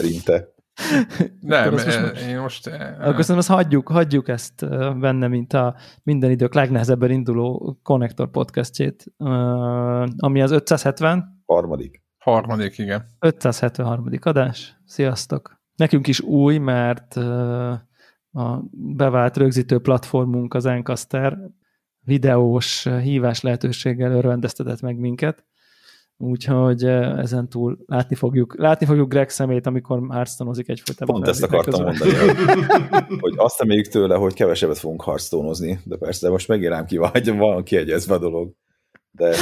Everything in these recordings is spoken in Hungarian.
szerinte. Nem, én most... Akkor szerintem azt hagyjuk ezt benne, mint a minden idők legnehezebben induló Konnektor podcastjét, ami az 570. Harmadik, igen. 573. adás. Sziasztok! Nekünk is új, mert a bevált rögzítő platformunk, az Encaster videós hívás lehetőséggel örvendeztetett meg minket. Úgyhogy ezen túl látni fogjuk Greg szemét, amikor Hearthstone-ozik egyfolytában. Pont ezt akartam mondani, hogy azt reméljük tőle, hogy kevesebbet fogunk Hearthstone-ozni, de persze most megint rám van kiegyezve a dolog. De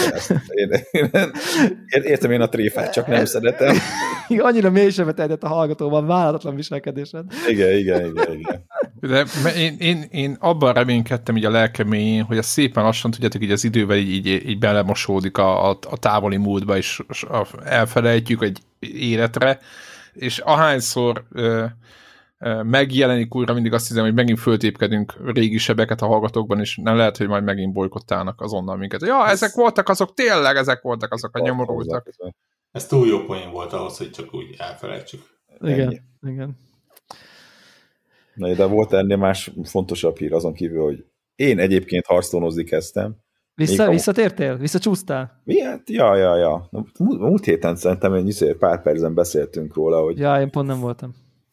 értem én a tréfát, csak nem szeretem. Annyira mélysebbet tehetett a hallgatóban, vállalatlan viselkedésed. Igen. De én abban reménykedtem így a lelkem mélyén, hogy ez szépen lassan, tudjátok, így az idővel így belemosódik a távoli múltba, és elfelejtjük egy életre, és ahányszor megjelenik újra, mindig azt hiszem, hogy megint föltépkedünk régi sebeket a hallgatókban, és nem lehet, hogy majd megint bolykottálnak azonnal minket. Ja, ezek voltak azok, tényleg ezek voltak azok a nyomorultak. Ez túl jó poén volt ahhoz, hogy csak úgy elfelejtsük. Igen. Na, de volt ennél más fontosabb hír azon kívül, hogy én egyébként Hearthstone-ozni kezdtem. Visszatértél? Visszacsúsztál? Miért? Ja. Múlt héten szerintem egy pár percen beszéltünk róla, hogy... Ja, én pont nem voltam.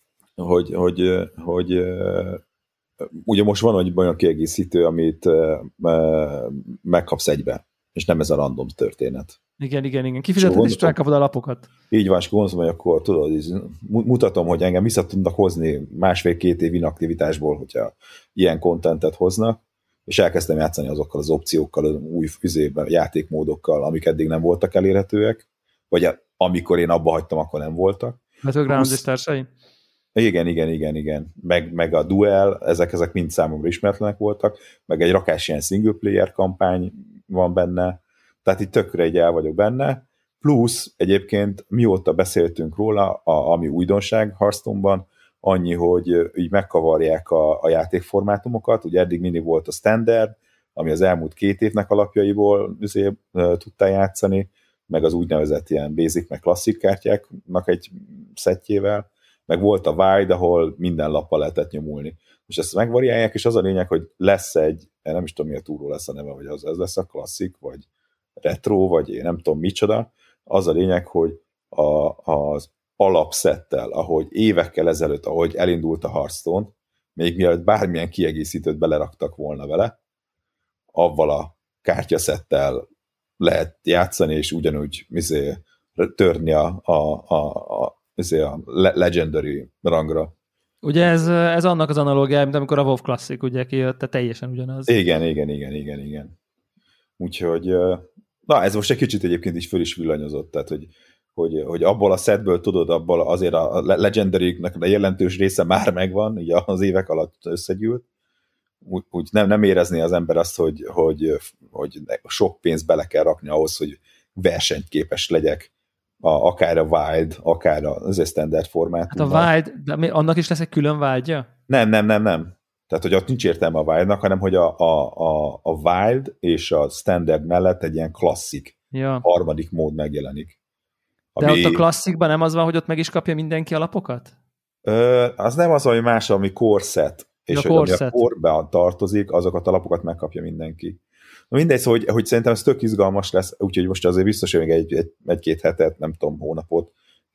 Hogy ugye most van egy olyan kiegészítő, amit megkapsz egybe, és nem ez a random történet. Igen. Kifizeted, és megkapod a lapokat. Így van, és gondolom, hogy akkor tudod, mutatom, hogy engem vissza tudnak hozni 1,5-2 év inaktivitásból, hogyha ilyen kontentet hoznak, és elkezdtem játszani azokkal az opciókkal, az új játékmódokkal, amik eddig nem voltak elérhetőek, vagy amikor én abba hagytam, akkor nem voltak. Battlegrounds és társai? Igen. Meg a Duel, ezek mind számomra ismeretlenek voltak, meg egy rakás ilyen single player kampány van benne, tehát itt tökre egy el vagyok benne, plusz egyébként mióta beszéltünk róla, ami újdonság Hearthstone-ban, annyi, hogy így megkavarják a játékformátumokat, ugye eddig mindig volt a standard, ami az elmúlt 2 évnek alapjaiból tudtál játszani, meg az úgynevezett ilyen basic, meg klasszik kártyáknak egy szettjével, meg volt a Wild, ahol minden lappal lehetett nyomulni. Most ezt megvariálják, és az a lényeg, hogy lesz egy, nem is tudom, mi a túró lesz a neve, vagy az lesz a klasszik, vagy retro, vagy én nem tudom micsoda. Az a lényeg, hogy az alapszettel, ahogy évekkel ezelőtt, ahogy elindult a Hearthstone, még mielőtt bármilyen kiegészítőt beleraktak volna vele, avval a kártyaszettel lehet játszani, és ugyanúgy törni a legendary rangra. Ugye ez annak az analógiája, mint amikor a WoW Classic ugye kijött, tehát teljesen ugyanaz. Igen. Úgyhogy, na ez most egy kicsit egyébként is föl is villanyozott, tehát hogy abból a setből tudod, abból azért a legendary-nek a jelentős része már megvan, így az évek alatt összegyűlt. Úgy nem érezné az ember azt, hogy sok pénzt bele kell rakni ahhoz, hogy versenyképes legyek, akár a Wild, akár az standard formátumban. Hát a Wild, de annak is lesz egy külön Wildja? Nem. Tehát, hogy ott nincs értelme a Wildnak, hanem, hogy a Wild és a standard mellett egy ilyen klasszik harmadik mód megjelenik. De ott a klasszikban nem az van, hogy ott meg is kapja mindenki a lapokat? Az nem az, ami más, ami core set. És hogy ami a core-be tartozik, azokat a lapokat megkapja mindenki. Na mindegy, szóval, hogy szerintem ez tök izgalmas lesz, úgyhogy most azért biztos, hogy még egy-két hetet, nem tudom, hónapot,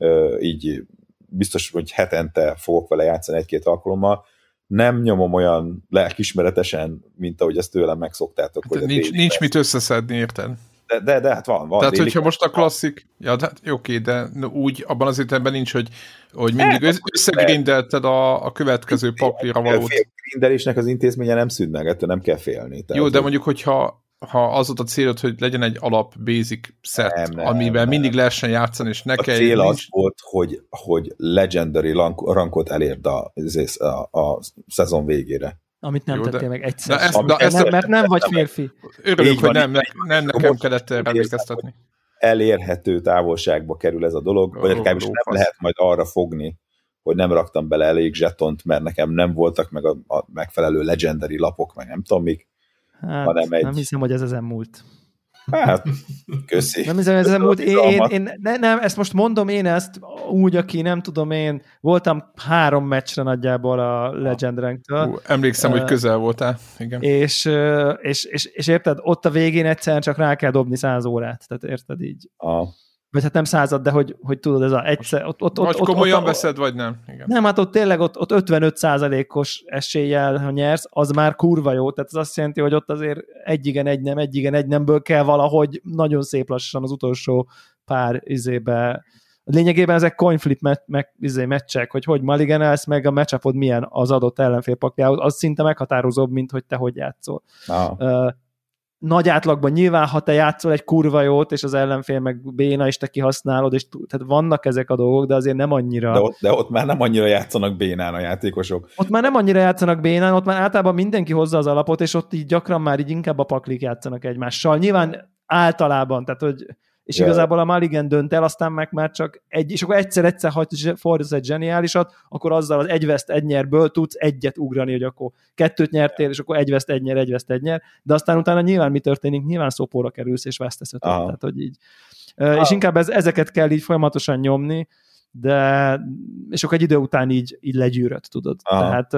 így biztos, hogy hetente fogok vele játszani 1-2 alkalommal. Nem nyomom olyan lelkismeretesen, mint ahogy ezt tőlem megszoktátok. Hát nincs mit összeszedni, érted? De hát van. Tehát, hogyha most a klasszik, oké, de úgy abban az értelemben nincs, hogy mindig összegrindelted a következő papírra valót. A grindelésnek az intézménye nem szűn meg, ettől nem kell félni. Jó, de mondjuk, hogyha az volt a célod, hogy legyen egy alap basic set, amiben mindig lehessen játszani, és ne kell... A cél az volt, hogy legendary rankot elérd a szezon végére. Amit nem tettél meg egyszer. Mert nem vagy férfi. Örülök, hogy nem nekem kellett emlékeztetni. Elérhető távolságba kerül ez a dolog, vagy legalábbis nem lehet majd arra fogni, hogy nem raktam bele elég zsetont, mert nekem nem voltak meg a megfelelő legendary lapok, meg nem tudom mik. Hát, nem hiszem, hogy ez ezen múlt. Hát, köszi. Nem hiszem, hogy ez ezen múlt. Nem, ezt most mondom én ezt úgy, aki nem tudom én, voltam 3 meccsre nagyjából a Legend Rank-től. Emlékszem, hogy közel voltál. Igen. És érted, ott a végén egyszerűen csak rá kell dobni 100 órát. Tehát érted így. Vagy hát nem 100, de hogy tudod, ez a egyszer... Vagy komolyan veszed, vagy nem. Igen. Nem, hát ott tényleg ott 55%-os eséllyel, ha nyersz, az már kurva jó. Tehát ez azt jelenti, hogy ott azért egy igen, egy nemből kell valahogy nagyon szép lassan az utolsó pár izébe. Lényegében ezek coin flip meccsek, hogy mulliganelsz, meg a matchupod milyen az adott ellenfél pakjához, az szinte meghatározóbb, mint hogy te hogy játszol. Nagy átlagban nyilván, ha te játszol egy kurva jót, és az ellenfél meg béna, és te kihasználod, és tehát vannak ezek a dolgok, de azért nem annyira. De ott már nem annyira játszanak bénán a játékosok. Ott már nem annyira játszanak bénán, ott már általában mindenki hozza az alapot, és ott így gyakran már így inkább a paklik játszanak egymással. Nyilván általában, tehát hogy és igazából a mulligan dönt el, aztán meg már csak egy, és akkor egyszer fordítasz egy zseniálisat, akkor azzal az egy veszt, egy nyerből tudsz egyet ugrani, hogy akkor 2 nyertél, és akkor egy veszt, egy nyer, de aztán utána nyilván mi történik? Nyilván szopóra kerülsz, és vesztesz 5-öt. Tehát, hogy így. És inkább ezeket kell így folyamatosan nyomni, de és akkor egy idő után így legyűröd, tudod. Tehát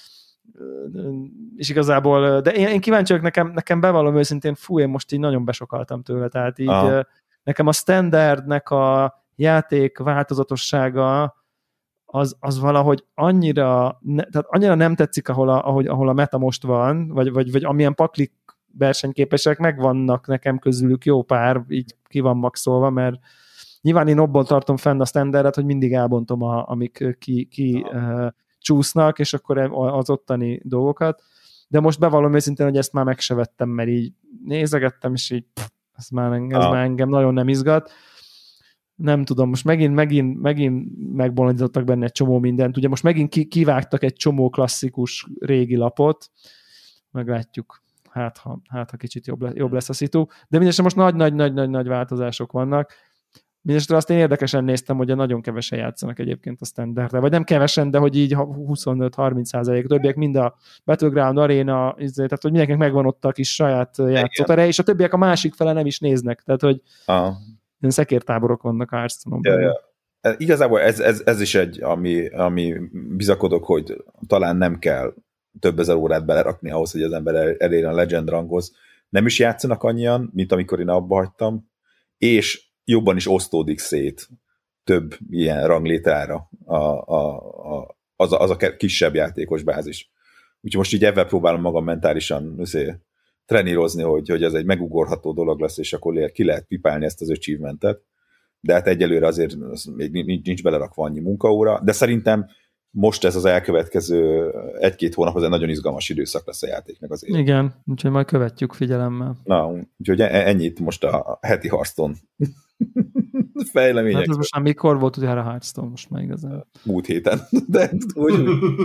és igazából, de én kíváncsi vagyok, nekem bevallom őszintén, én most így nagyon besokaltam tőle, tehát így nekem a standardnek a játék változatossága az valahogy annyira nem tetszik, ahol a meta most van, vagy amilyen paklik versenyképesek megvannak nekem közülük jó pár, így ki van maxolva, mert nyilván én abban tartom fenn a standardet, hogy mindig elbontom amik csúsznak, és akkor az ottani dolgokat, de most bevallom őszintén, hogy ezt már meg se vettem, mert így nézegettem, és így ez már engem nagyon nem izgat. Nem tudom, most megint megbolondítottak benne egy csomó mindent. Ugye most megint kivágtak egy csomó klasszikus régi lapot, meglátjuk, hát ha kicsit jobb lesz a szitu. De mindesetre most nagy változások vannak. Mindenesetre azt én érdekesen néztem, hogy nagyon kevesen játszanak egyébként a standardre, vagy nem kevesen, de hogy így 25-30%, többiek mind a Battleground Arena, tehát hogy mindenkinek megvan ott a kis saját játszótere, és a többiek a másik fele nem is néznek, tehát hogy szekértáborok vannak a Hearthstone-on. Igazából ez is egy, ami bizakodok, hogy talán nem kell több ezer órát belerakni ahhoz, hogy az ember elérjen a Legend ranghoz. Nem is játszanak annyian, mint amikor én abba hagytam, és jobban is osztódik szét több ilyen ranglétrára az a kisebb játékos bázis. Úgyhogy most így ebben próbálom magam mentálisan trenírozni, hogy ez egy megugorható dolog lesz, és akkor ki lehet pipálni ezt az achievementet, de hát egyelőre azért még nincs belerakva annyi munkaóra, de szerintem most ez az elkövetkező 1-2 hónap az egy nagyon izgalmas időszak lesz a játéknak azért. Igen, úgyhogy majd követjük figyelemmel. Na, úgyhogy ennyit most a heti Hearthstone fejlemények. Hát ez most már mikor volt utoljára a Hearthstone, most már igazán. Múlt héten, de úgy.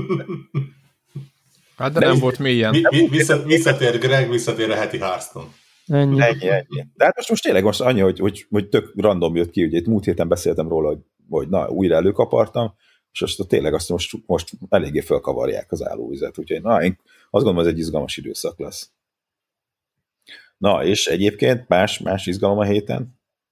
Hát de nem volt mélyen. Visszatér Greg, visszatér a heti Hearthstone. Ennyi. De hát most tényleg most annyi, hogy tök random jött ki, ugye itt múlt héten beszéltem róla, hogy na, újra előkapartam, és azt tényleg most eléggé fölkavarják az állóvizet, úgyhogy na, én azt gondolom, ez egy izgalmas időszak lesz. Na, és egyébként más izgalom a héten?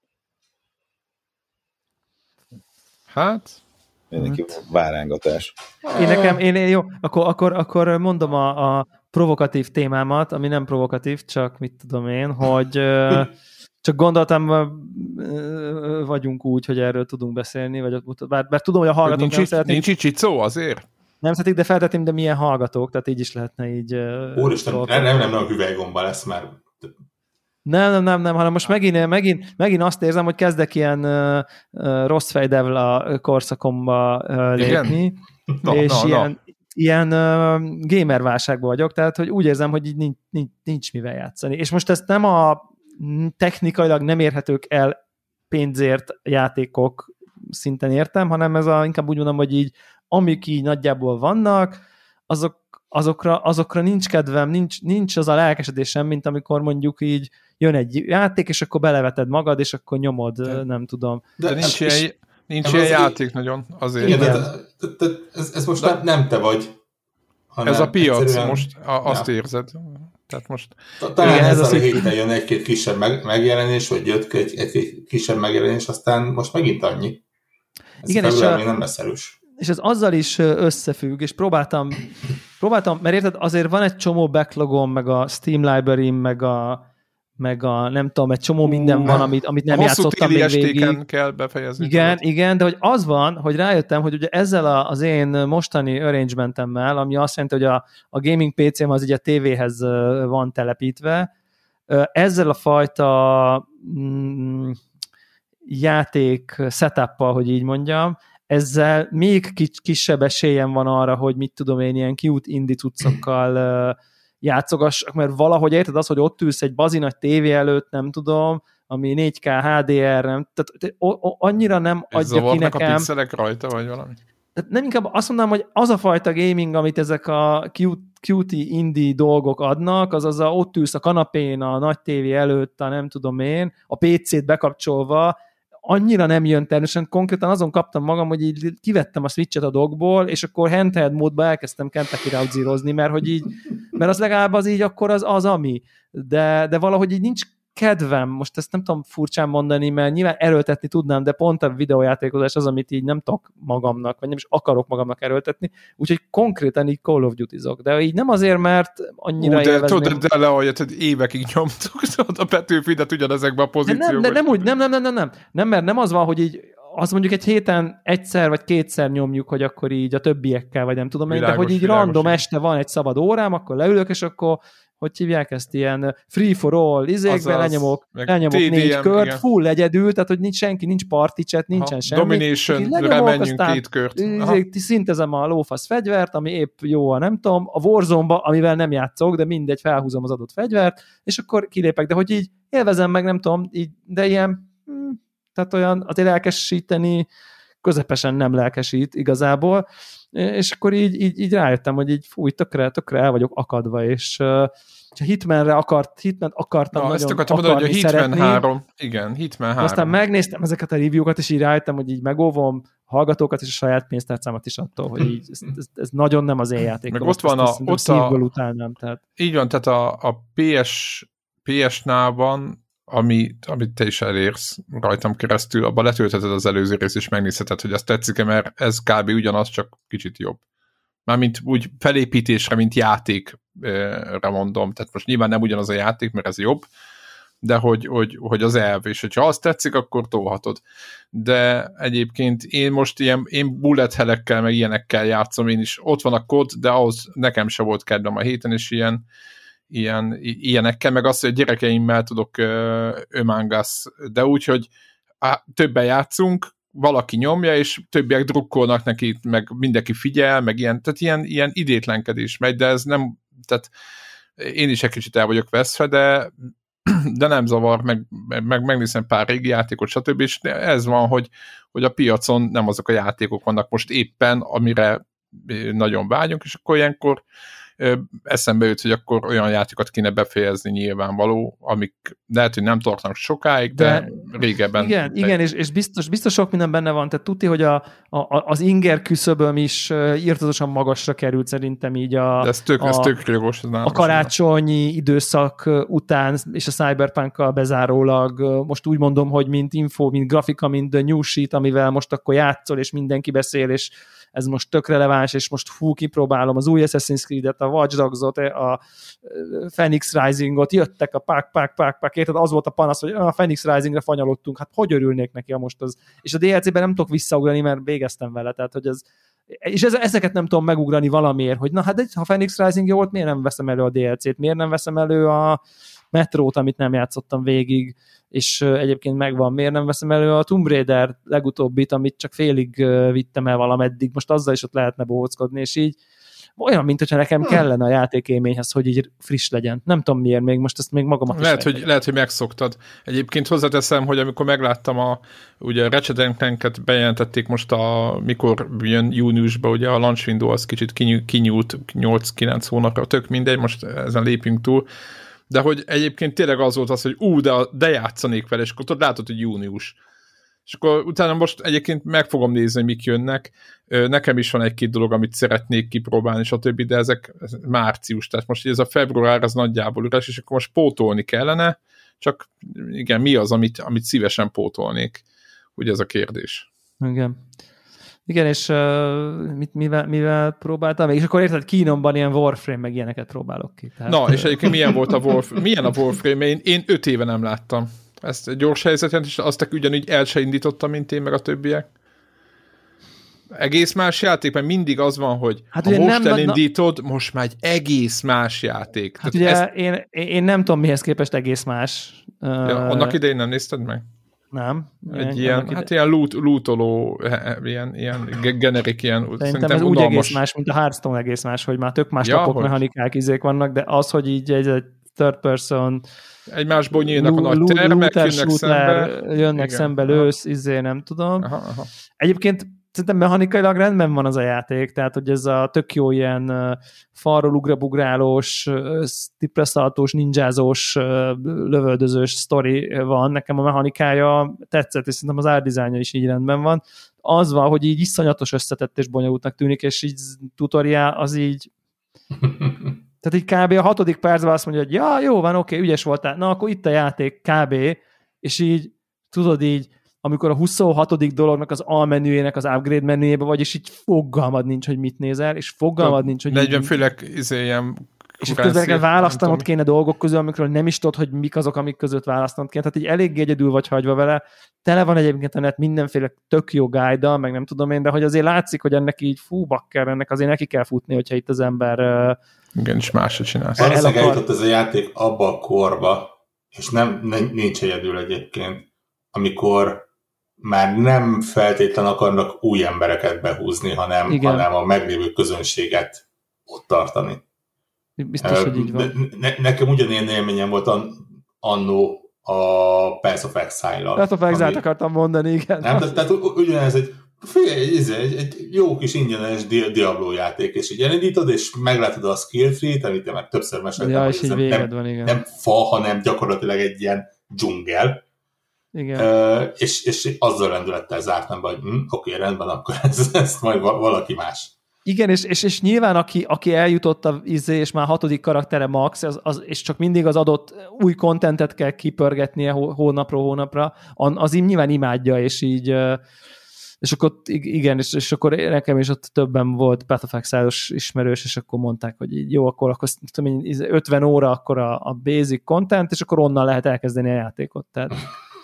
Hát? Mindenki várángatás. Jó, akkor mondom a provokatív témámat, ami nem provokatív, csak mit tudom én, hogy csak gondoltam, vagyunk úgy, hogy erről tudunk beszélni, vagy bár tudom, hogy a hallgatók nem szeretik. Nincs itt szó azért? Nem szeretik, de feltettem, de milyen hallgatók, tehát így is lehetne így... Úristen, nem a hüvelygomba lesz már. Nem, hanem most megint azt érzem, hogy kezdek ilyen rossz fejdevl a korszakomba lépni, és ilyen gamer válságban vagyok, tehát hogy úgy érzem, hogy így nincs mivel játszani. És most ezt nem a technikailag nem érhetők el pénzért játékok szinten értem, hanem inkább úgy mondom, hogy így amik így nagyjából vannak, azokra nincs kedvem, nincs az a lelkesedésem, mint amikor mondjuk így jön egy játék, és akkor beleveted magad, és akkor nyomod, nem tudom. De nincs ilyen játék nagyon azért. Igen, ez most nem te vagy. Ez a piac, egyszerűen... most azt érzed. Tehát most... Talán ezzel a héten jön egy-két kisebb megjelenés, vagy jött egy kisebb megjelenés, aztán most megint annyi. Igen, február nem lesz erős. És ez azzal is összefügg, és próbáltam, mert érted, azért van egy csomó backlogom, meg a Steam Library-m, meg a nem tudom, egy csomó minden van, amit nem játszottam még végig. Kell befejezni. Igen, de hogy az van, hogy rájöttem, hogy ugye ezzel az én mostani arrangementemmel, ami azt jelenti, hogy a gaming PC-m az ugye a tévéhez van telepítve, ezzel a fajta játék setup-pal, hogy így mondjam, ezzel még kisebb esélyem van arra, hogy mit tudom én, ilyen cute indie cuccokkal játszogassak, mert valahogy érted az, hogy ott ülsz egy bazinagy tévé előtt, nem tudom, ami 4K HDR, nem, tehát annyira nem adja ki nekem. A pixelek rajta, vagy valami? Tehát nem inkább azt mondanám, hogy az a fajta gaming, amit ezek a cutie indie dolgok adnak, az ott ülsz a kanapén, a nagy tévé előtt, a nem tudom én, a PC-t bekapcsolva, annyira nem jön természetesen, konkrétan azon kaptam magam, hogy így kivettem a Switch-et a dockból, és akkor handheld módba elkezdtem Kentucky Route Zero-zni, mert az legalább az így akkor az ami. De valahogy így nincs kedvem, most ezt nem tudom furcsán mondani, mert nyilván erőltetni tudnám, de pont a videójátékozás az, amit így nem tudok magamnak, vagy nem is akarok magamnak erőltetni, úgyhogy konkrétan így Call of Duty-zok, de így nem azért, mert annyira élvezném. De lehogy, évekig nyomtuk a Battlefieldet ugyanezekben a pozícióban. De nem úgy, nem, mert nem az van, hogy így azt mondjuk egy héten egyszer vagy kétszer nyomjuk, hogy akkor így a többiekkel, vagy nem tudom én, de hogy így random este van egy szabad órám, akkor leülök, és akkor hogy hívják ezt, ilyen free for all izékben, lenyomok 4 kört, igen. Full egyedül, tehát hogy nincs senki, nincs party chat, nincsen semmi. Domination, remenjünk 2 kört. Szintezem a lófasz fegyvert, ami épp jó, nem tudom, a Warzone-ba, amivel nem játszok, de mindegy, felhúzom az adott fegyvert, és akkor kilépek, de hogy így élvezem meg, nem tudom, így, de ilyen, tehát olyan azért lelkesíteni közepesen nem lelkesít igazából, és akkor így rájöttem, hogy így fúj, tökre el vagyok akadva, és a Hitmanre akartam nagyon ezt akartam mondani, hogy a Hitman 3, igen, Hitman 3. Aztán megnéztem ezeket a review-kat, és így rájöttem, hogy így megóvom a hallgatókat és a saját pénztárcámat is attól, hogy így, ez nagyon nem az én játékom. Meg ott van utálnám, tehát. Így van, tehát a PS-nál amit te is elérsz rajtam keresztül, abban letöltheted az előző részt, és megnézheted, hogy azt tetszik-e, mert ez kb. Ugyanaz, csak kicsit jobb. Mármint úgy felépítésre, mint játékra mondom. Tehát most nyilván nem ugyanaz a játék, mert ez jobb, de hogy az elv, és hogyha azt tetszik, akkor tolhatod. De egyébként én most én bullet hellekkel, meg ilyenekkel játszom, én is ott van a kod, de ahhoz nekem se volt kedvem a héten, és ilyenekkel, meg azt, hogy a gyerekeimmel tudok Among Us, de úgy, hogy többen játszunk, valaki nyomja, és többiek drukkolnak neki, meg mindenki figyel, meg tehát ilyen idétlenkedés megy, de ez nem, tehát én is egy kicsit el vagyok veszve, de nem zavar, meg megnézem pár régi játékot, stb. És ez van, hogy a piacon nem azok a játékok vannak most éppen, amire nagyon vágyunk, és akkor ilyenkor eszembe jut, hogy akkor olyan játékokat kéne befejezni nyilvánvaló, amik lehet, hogy nem tartanak sokáig, de régebben. Igen, és biztos sok minden benne van, tehát tudti, hogy az inger küszöböm is írtatosan magasra került szerintem így de ez tök jogos. A karácsonyi időszak után, és a Cyberpunk-kal bezárólag, most úgy mondom, hogy mint info, mint grafika, mint the new sheet, amivel most akkor játszol, és mindenki beszél, és ez most tök releváns, és most kipróbálom az új Assassin's Creed-et, a Watch Dogs-ot, a Phoenix Rising-ot, jöttek a pák, érted? Az volt a panasz, hogy a Phoenix Rising-re fanyalottunk, hát hogy örülnék neki, most az. És a DLC-ben nem tudok visszaugrani, mert végeztem vele, tehát hogy ez, és ezeket nem tudom megugrani valamiért, hogy na hát ha Phoenix Rising jó volt, miért nem veszem elő a DLC-t, miért nem veszem elő a Metrót, amit nem játszottam végig, és egyébként megvan, miért nem veszem elő a Tomb Raider legutóbbit, amit csak félig vittem el valameddig, most azzal is ott lehetne bohóckodni, és így olyan, mint hogyha nekem kellene a játékélményhez, hogy így friss legyen. Nem tudom miért, még most ezt még magamat lehet, hogy megszoktad. Egyébként hozzáteszem, hogy amikor megláttam ugye a Ratchet & Clank-et bejelentették most mikor jön júniusban, ugye a launch window az kicsit kinyúlt 8-9 hónapra, tök mindegy, most ezen lépünk túl, de hogy egyébként tényleg az volt az, hogy de játszanék vele, és akkor tudod, látod, hogy június. És akkor utána most egyébként meg fogom nézni, hogy mik jönnek. Nekem is van egy-két dolog, amit szeretnék kipróbálni, stb., de ezek március, tehát most ez a február az nagyjából üres, és akkor most pótolni kellene, csak igen, mi az, amit szívesen pótolnék? Ugye ez a kérdés. Igen. Igen, és mivel próbáltam? És akkor érted, kínomban ilyen Warframe, meg ilyeneket próbálok ki. Tehát... Na, és egyébként milyen a Warframe? Én 5 éve nem láttam. Ezt egy gyors helyzetet, és azt ugyanúgy el se indítottam, mint én, meg a többiek. Egész más játék, mert mindig az van, hogy hát ha most elindítod, most már egy egész más játék. Hát tehát ugye én nem tudom, mihez képest egész más. Ja, annak idején nem nézted meg? Nem. Egy ilyen lootoló, ilyen generik, ilyen szerintem ez úgy egész más, mint a Hearthstone egész más, hogy már tök más tapok, mechanikák, izék vannak, de az, hogy így egy third person egymásból nyílnak a nagy termek, jönnek szembe lősz, nem tudom. Aha. Egyébként szerintem mechanikailag rendben van az a játék, tehát hogy ez a tök jó ilyen falról ugrabugrálós, tipreszaltós, ninjázós, lövöldözős sztori van. Nekem a mechanikája tetszett, és szerintem az art designja is így rendben van. Az van, hogy így iszonyatos összetett és bonyolultnak tűnik, és így tutoriál az így... Tehát így kb. A 6. percben azt mondja, hogy ja, jó van, oké, ügyes voltál, na akkor itt a játék kb. És így tudod így, amikor a 26. dolognak az almenüjének az upgrade menüjébe vagy, és így fogalmad nincs, hogy mit nézel, és fogalmad nincs, hogy... 40 főleg ilyen... És közben választanod kéne dolgok közül, amikről nem is tudod, hogy mik azok, amik között választanod kéne. Tehát így eléggé egyedül vagy hagyva vele. Tele van egyébként a net mindenféle tök jó guide-dal, meg nem tudom én, de hogy azért látszik, hogy ennek így bakker, ennek azért neki kell futni, hogyha itt az ember... Igen, és másra csinálsz. Valószínűleg eljutott ez a játék abba a korba, és nincs egyedül egyébként, amikor már nem feltétlen akarnak új embereket behúzni, hanem a meglévő közönséget ott tartani. Biztos, hogy így van. Nekem ugyanilyen élményem volt annó a Path of Exile-al. Path of Exile-t akartam mondani, igen. Nem, tehát ugyanez egy jó kis ingyenes Diablo játék, és így elindítod, és meglátod a skill tree-t, amit én már többször meséltem, hogy ez nem fa, hanem gyakorlatilag egy ilyen dzsungel. Igen. És azzal rendülettel zártam be, hogy oké, rendben, akkor ezt majd valaki más. Igen, és nyilván aki eljutott és már 6. karaktere max, és csak mindig az adott új kontentet kell kipörgetnie hónapról hónapra, az nyilván imádja, és így és akkor igen, és akkor nekem is ott többen volt Path of Exile-os ismerős, és akkor mondták, hogy így jó, akkor 50 óra akkor a basic content, és akkor onnan lehet elkezdeni a játékot. Tehát...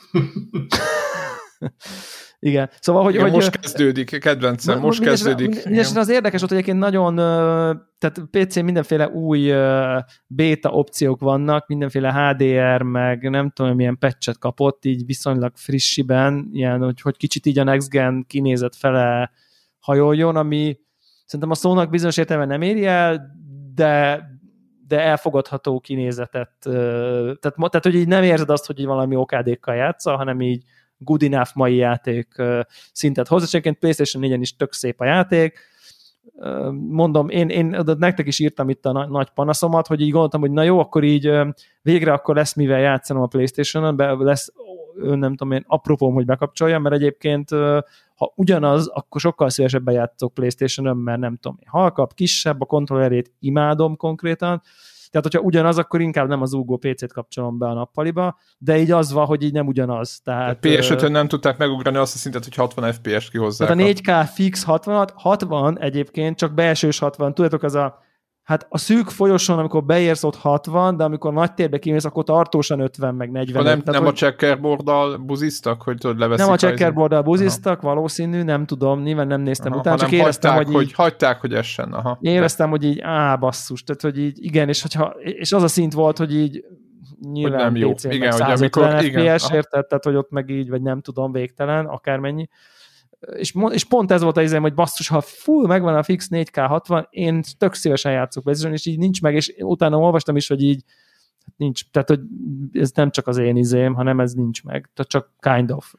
Igen. Szóval, hogy, igen, hogy most kezdődik, kedvencem, most kezdődik. Az érdekes volt, hogy egyébként nagyon, tehát PC-n mindenféle új beta opciók vannak, mindenféle HDR, meg nem tudom, milyen patchet kapott, így viszonylag frissiben, ilyen, hogy kicsit így a Next Gen kinézet fele hajoljon, ami szerintem a szónak bizonyos értelemben nem éri el, de elfogadható kinézetet. Tehát, hogy így nem érzed azt, hogy így valami okádékkal játszol, hanem így good enough mai játék szintet hozzá. Egyébként PlayStation 4-en is tök szép a játék. Mondom, én nektek is írtam itt a nagy panaszomat, hogy így gondoltam, hogy na jó, akkor így végre akkor lesz mivel játszanom a PlayStation-on, lesz nem tudom én, apropóm, hogy bekapcsoljam, mert egyébként ha ugyanaz, akkor sokkal szívesebben játszok PlayStation-on, mert nem tudom, halkabb, kisebb, a kontrollerét imádom konkrétan. Tehát, hogyha ugyanaz, akkor inkább nem az úgó PC-t kapcsolom be a nappaliba, de így az van, hogy így nem ugyanaz. Tehát PS5-ön nem tudták megugrani azt a szintet, hogy 60 FPS-t kihozzák. Tehát a 4K fix 60 egyébként, csak belsős 60. Tudjátok, az a szűk folyosón, amikor beérsz ott 60, de amikor nagy térbe kimész, akkor tartósan 50 meg 40. Nem a checkerboarddal buziztak, hogy tudod leveszik? Nem a checkerboarddal buziztak, valószínű, nem tudom, nyilván nem néztem utána, csak éreztem, hogy hagyták, hogy essen. Éreztem, hogy így, basszus, tehát, hogy így, igen, és az a szint volt, hogy így nyilván hogy nem jó. PC-n igen, meg hogy amikor, FPS, érted, tehát, hogy ott meg így, vagy nem tudom, végtelen, akármennyi. És pont ez volt az izém, hogy basszus, ha full megvan a fix 4K 60, én tök szívesen játszok PlayStation, és így nincs meg, és utána olvastam is, hogy így nincs, tehát hogy ez nem csak az én izém, hanem ez nincs meg, tehát csak kind of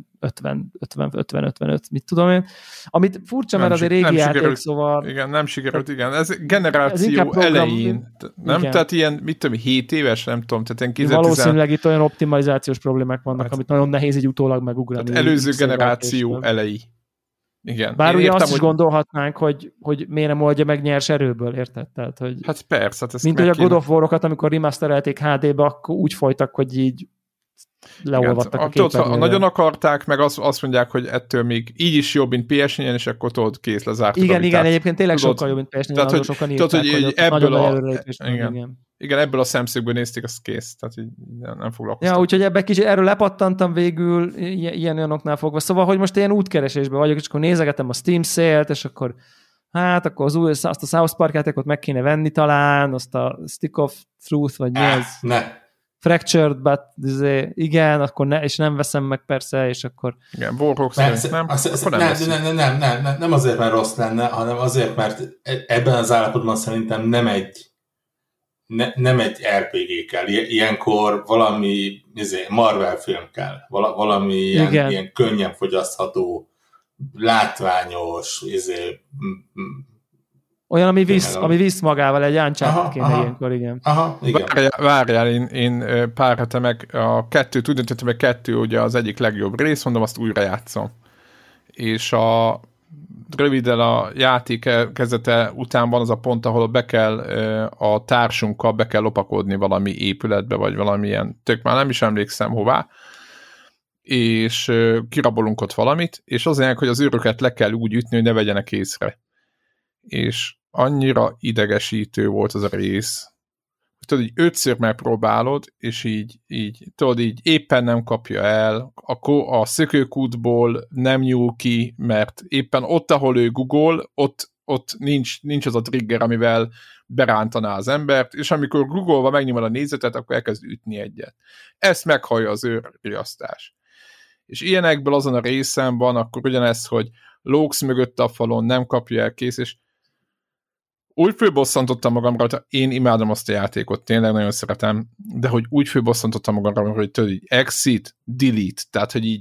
50-55, mit tudom én. Amit furcsa, mert azért régi játék, sikerült, szóval... Igen, nem sikerült, igen. Ez generáció elején, nem? Igen. Tehát ilyen, mit tudom, 7 éves, nem tudom, tehát ilyen 2010... Valószínűleg itt olyan optimalizációs problémák vannak, amit nagyon nehéz így utólag megugrani. Előző generáció elejé. Igen. Bár ugye azt is gondolhatnánk, hogy miért nem oldja meg nyers erőből, érted? Tehát, hogy hát persze. Hát mint hogy a God of War-okat, amikor remasterelték HD-be, akkor úgy folytak, hogy így leolvadtak a képernyőre. Nagyon akarták, meg azt mondják, hogy ettől még így is jobb, mint PS4-en, és akkor tudod, kész, lezártad. Igen, egyébként tényleg sokkal jobb, mint PS4-en, sokan írták, hogy ebből ebből a szemszögből nézték, az kész, tehát így nem foglalkoztam. Ja, úgyhogy ebben kicsit erről lepattantam végül, ilyen olyanoknál fogva. Szóval, hogy most ilyen útkeresésben vagyok, és akkor nézegetem a Steam Sale-t, és akkor akkor azt a South Park játékot meg kéne venni talán, azt a Stick of Truth, vagy mi ez? Fractured, but igen, akkor és nem veszem meg persze, és akkor... Igen, Warhawks nem azért, mert rossz lenne, hanem azért, mert ebben az állapotban szerintem nem egy RPG kell. Ilyenkor valami Marvel film kell. Valami ilyen könnyen fogyasztható, látványos, olyan, ami visz magával, egy Uncharted kéne ilyenkor, igen. Várjál, én pár hete meg a 2, úgy döntöttem, hogy 2 ugye az egyik legjobb rész, mondom, azt újra játszom. És röviden a játék kezdete után van az a pont, ahol be kell a társunkkal be kell lopakodni valami épületbe, vagy valamilyen, már nem is emlékszem hová, és kirabolunk ott valamit, és azért, hogy az őröket le kell úgy ütni, hogy ne vegyenek észre. És annyira idegesítő volt az a rész, hogy tudod, így 5-ször megpróbálod, és így tudod, így éppen nem kapja el, a szökőkútból nem nyúl ki, mert éppen ott, ahol ő Google, ott nincs az a trigger, amivel berántaná az embert, és amikor Google-va megnyomod a nézetet, akkor elkezd ütni egyet. Ezt meghallja az őrriasztás. És ilyenekből azon a részen van, akkor ugyanez, hogy lógsz mögött a falon, nem kapja el, kész, és úgy főbosszantottam magamra, hogy én imádom azt a játékot, tényleg nagyon szeretem, de hogy úgy főbosszantottam magamra, hogy tudod, így exit, delete, tehát, hogy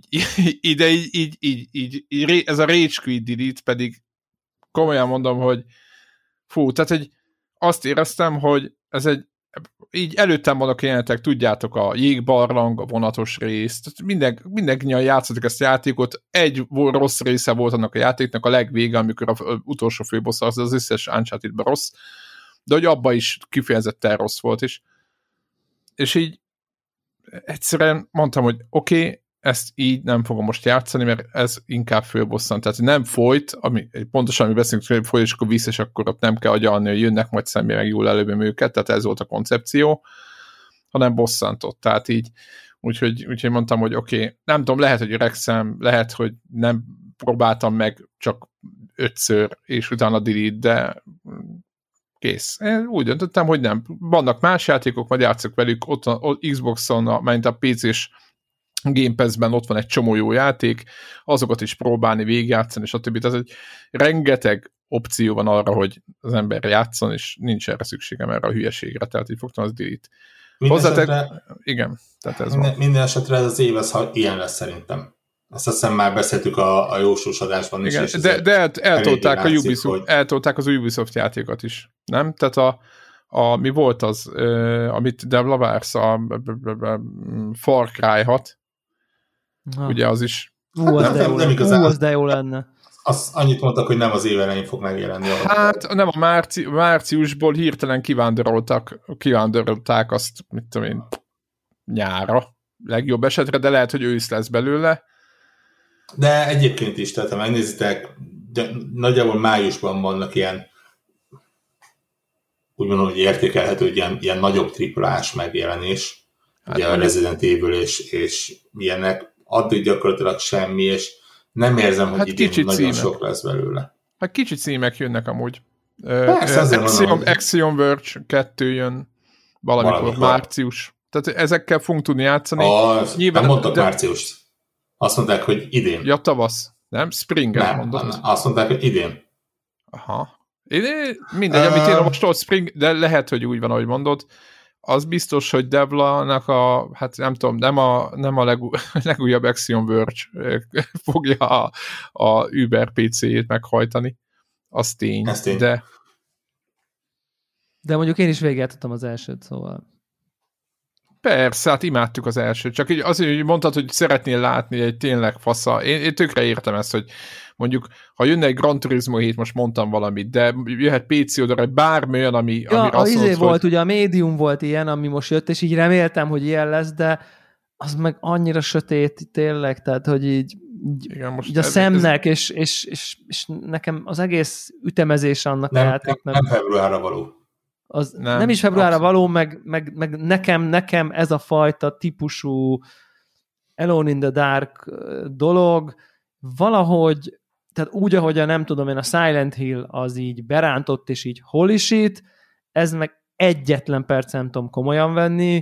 így ez a rage quit delete pedig komolyan mondom, hogy tehát, hogy azt éreztem, hogy ez így előttem vannak jelenetek, tudjátok, a jégbarlang, a vonatos rész, mindenkivel játszotok ezt a játékot, egy rossz része volt annak a játéknak, a legvége, amikor az utolsó főbossz, az összes Uncharted-ben rossz, de hogy abban is kifejezetten rossz volt is. És így egyszerűen mondtam, hogy oké, ezt így nem fogom most játszani, mert ez inkább fölbosszant. Tehát nem folyt, pontosan ami beszélünk, hogy folyt, és akkor visz, és akkor ott nem kell agyalni, hogy jönnek majd szemben meg jól előbb őket, tehát ez volt a koncepció, hanem bosszantott. Tehát így, úgyhogy mondtam, hogy oké, nem tudom, lehet, hogy öregszem, lehet, hogy nem próbáltam meg csak 5-ször, és utána delete, de kész. Én úgy döntöttem, hogy nem. Vannak más játékok, majd játszok velük, ott Xboxon, mint a PC-s Game Pass-ben ott van egy csomó jó játék, azokat is próbálni, végigjátszani, és a többi. Tehát rengeteg opció van arra, hogy az ember játszon, és nincs erre szükségem erre a hülyeségre, tehát így fogtam az delete. Igen, tehát ez van. Minden esetre ez az év, ha ilyen lesz szerintem. Azt hiszem már beszéltük a jósós adásban is. Igen, de eltolták az Ubisoft játékot is, nem? Tehát mi volt az, amit Devla vársz, a Far Cry 6, ugye az is. Az de jó lenne. Azt annyit mondtak, hogy nem az év elején fog megjelenni. Hát nem a márciusból hirtelen kivándorolták azt, mit tudom én, nyára legjobb esetre, de lehet, hogy ősz lesz belőle. De egyébként is, tehát ha megnézitek, nagyjából májusban vannak ilyen, úgy mondom, hogy értékelhető, hogy ilyen nagyobb triplás megjelenés, hát ugye a Resident Evil és ilyenek, addig gyakorlatilag semmi, és nem érzem, hogy idén nagyon sok lesz belőle. Hát kicsit címek jönnek amúgy. Persze, Axiom Verge 2 jön valamikor március. Tehát ezekkel fogunk tudni játszani. Nem mondtak márciust. Azt mondták, hogy idén. Ja, tavasz. Nem? Spring-el mondott. Nem, azt mondták, hogy idén. Aha. Mindegy, amit én most ott Spring, de lehet, hogy úgy van, ahogy mondod. Az biztos, hogy Devla-nak hát nem tudom, nem a legújabb Axiom Verge fogja a Uber PC-jét meghajtani. Az tény. De mondjuk én is végigjátszottam az elsőt, szóval. Persze, hát imádtuk az elsőt. Csak így azért, hogy mondtad, hogy szeretnél látni egy tényleg fasza. Én tökre értem ezt, hogy mondjuk, ha jönne egy Gran Turismo 7, most mondtam valamit, de jöhet PC oldalra, bármi olyan, amire azt mondod, volt, ugye a Medium volt ilyen, ami most jött, és így reméltem, hogy ilyen lesz, de az meg annyira sötét tényleg, tehát, hogy így Igen, a szemnek, és nekem az egész ütemezése annak a játéknak. Nem februárra való. Az nem is februárra való, meg nekem ez a fajta típusú Alone in the Dark dolog valahogy, tehát úgy, ahogy nem tudom én, a Silent Hill az így berántott, és így holy shit, ez meg egyetlen perc nem tudom komolyan venni,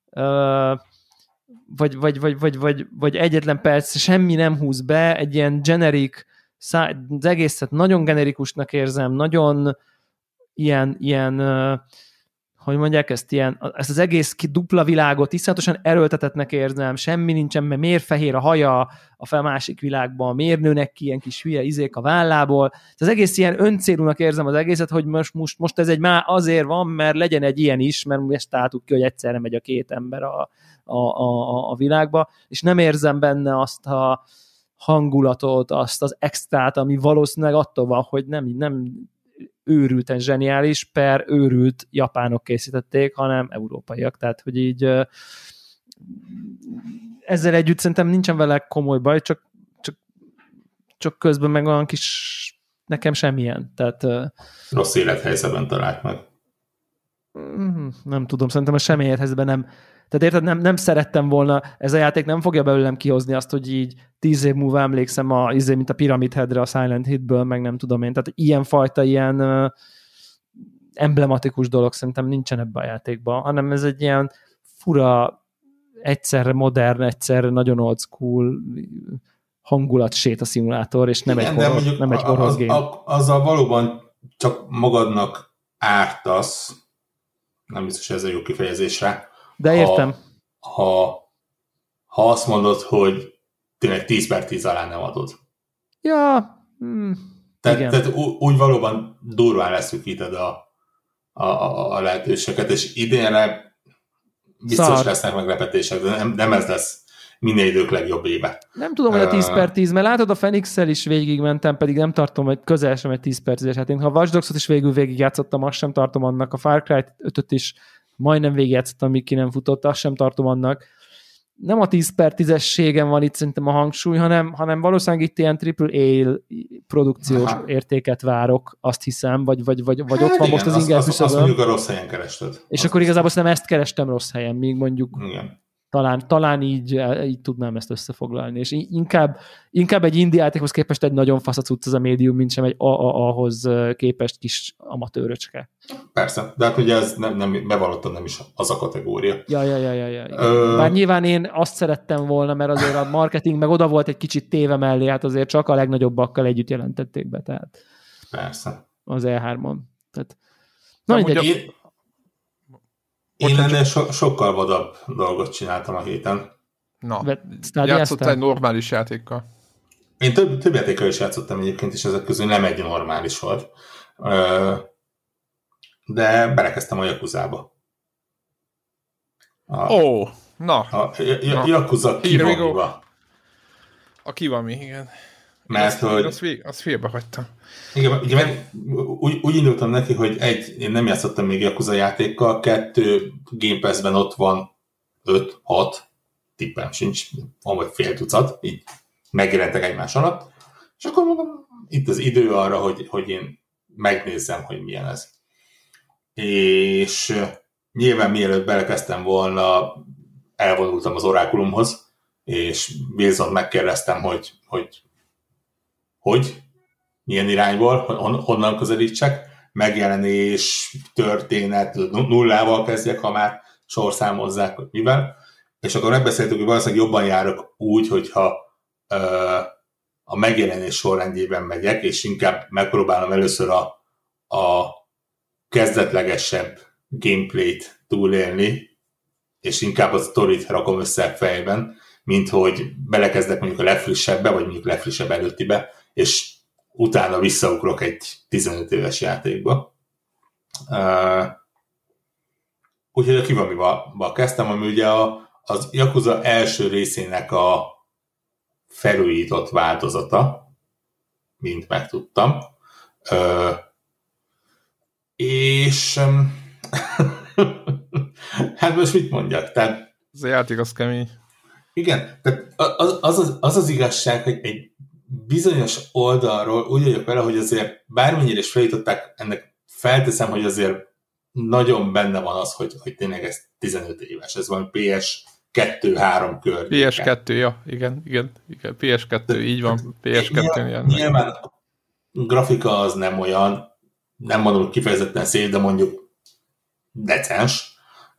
vagy egyetlen perc semmi nem húz be, egy ilyen generic, az egészet nagyon generikusnak érzem, nagyon ilyen hogy mondják ezt az egész dupla világot iszonyatosan erőltetetnek érzem, semmi nincsen, mert miért fehér a haja a másik világban, miért nőnek ki ilyen kis hülye izék a vállából. Az egész ilyen öncélúnak érzem az egészet, hogy most ez egy már azért van, mert legyen egy ilyen is, mert ezt találtuk ki, hogy egyszerre megy a két ember a világba, és nem érzem benne azt a hangulatot, azt az extrát, ami valószínűleg attól van, hogy nem őrülten zseniális, per őrült japánok készítették, hanem európaiak. Tehát, hogy így ezzel együtt szerintem nincsen vele komoly baj, csak közben meg olyan kis nekem semmilyen. Tehát, rossz élethelyzetben talált meg. Nem tudom, szerintem a semmi élethelyzetben nem. Tehát érted, nem szerettem volna, ez a játék nem fogja belőlem kihozni azt, hogy így 10 év múlva emlékszem mint a Pyramid Headre a Silent Hitből, meg nem tudom én. Tehát ilyenfajta emblematikus dolog szerintem nincsen ebben a játékban, hanem ez egy ilyen fura, egyszerre modern, egyszerre nagyon old school hangulat sétaszimulátor, és nem egy horror game. Azzal valóban csak magadnak ártasz, nem biztos ez a jó kifejezésre, de értem. Ha azt mondod, hogy tényleg 10/10 alá nem adod. Ja, tehát úgy valóban durván leszűkíted a lehetőséget, és idénre biztos lesznek meglepetések, de nem ez lesz minél idők legjobb éve. Nem tudom, hogy a 10/10, mert látod, a Phoenix-szel is végigmentem, pedig nem tartom, hogy közel sem egy 10/10-es. Hát én ha a Watch Dogs-ot is végigjátszottam, azt sem tartom annak, a Far Cry 5-öt is majdnem végigjátszottam, míg ki nem futott, azt sem tartom annak. Nem a 10/10-ességen van itt szerintem a hangsúly, hanem valószínűleg itt ilyen AAA produkciós értéket várok, azt hiszem, vagy ott van most az inger küszöbön. Azt mondjuk a rossz helyen kerested. És akkor igazából nem ezt kerestem rossz helyen, míg mondjuk talán így tudnám ezt összefoglalni. És inkább egy indie játékhoz képest egy nagyon fasz a cucc az a médium, mint sem egy ahhoz képest kis amatőröcske. Persze, de hát ugye ez nem bevallottan nem is az a kategória. Ja. Bár nyilván én azt szerettem volna, mert azért a marketing meg oda volt egy kicsit téve mellé, hát azért csak a legnagyobbakkal együtt jelentették be, tehát persze. Az E3-on. Tehát, én ennél sokkal vadabb dolgot csináltam a héten. Na, játszottál egy normális játékkal? Én több játékkal is játszottam egyébként, és ezek közül nem egy normális volt. De belekezdtem a Yakuzába. A Yakuza Kiwamiba. A Kiwami, igen. Mert hogy... Azt félbehagytam. Igen, úgy indultam neki, hogy én nem játszottam még Yakuza játékkal, 2 Game Pass-ben ott van 5-6, tippem sincs, van vagy fél tucat, így megjelentek egymás alatt, és akkor mondom, itt az idő arra, hogy én megnézzem, hogy milyen ez. És nyilván mielőtt belekezdtem volna, elvonultam az orákulumhoz, és Wilson megkérdeztem, hogy milyen irányból, honnan közelítsek, megjelenés, történet, nullával kezdjek, ha már sorszámozzák, hogy mivel. És akkor megbeszéltük, hogy valószínűleg jobban járok úgy, hogyha a megjelenés sorrendjében megyek, és inkább megpróbálom először a kezdetlegesebb gameplayt túlélni, és inkább a sztorit rakom össze fejben, mint hogy belekezdek mondjuk a legfrissebbe, vagy mondjuk legfrissebb előttibe, és utána visszaugrok egy 15 éves játékba. Úgyhogy a Kiwamiba kezdtem, ami ugye az Yakuza első részének a felújított változata, mint megtudtam. És hát most mit mondjak? Tehát, ez a játék az kemény. Igen, tehát az igazság, hogy egy bizonyos oldalról úgy vagyok vele, hogy azért bármennyire is feljutották, ennek felteszem, hogy azért nagyon benne van az, hogy tényleg ez 15 éves, ez van PS2-3 környéken. PS2, ja, igen, PS2, így van, PS2. Nyilván a grafika az nem olyan, nem mondom kifejezetten szép, de mondjuk decens,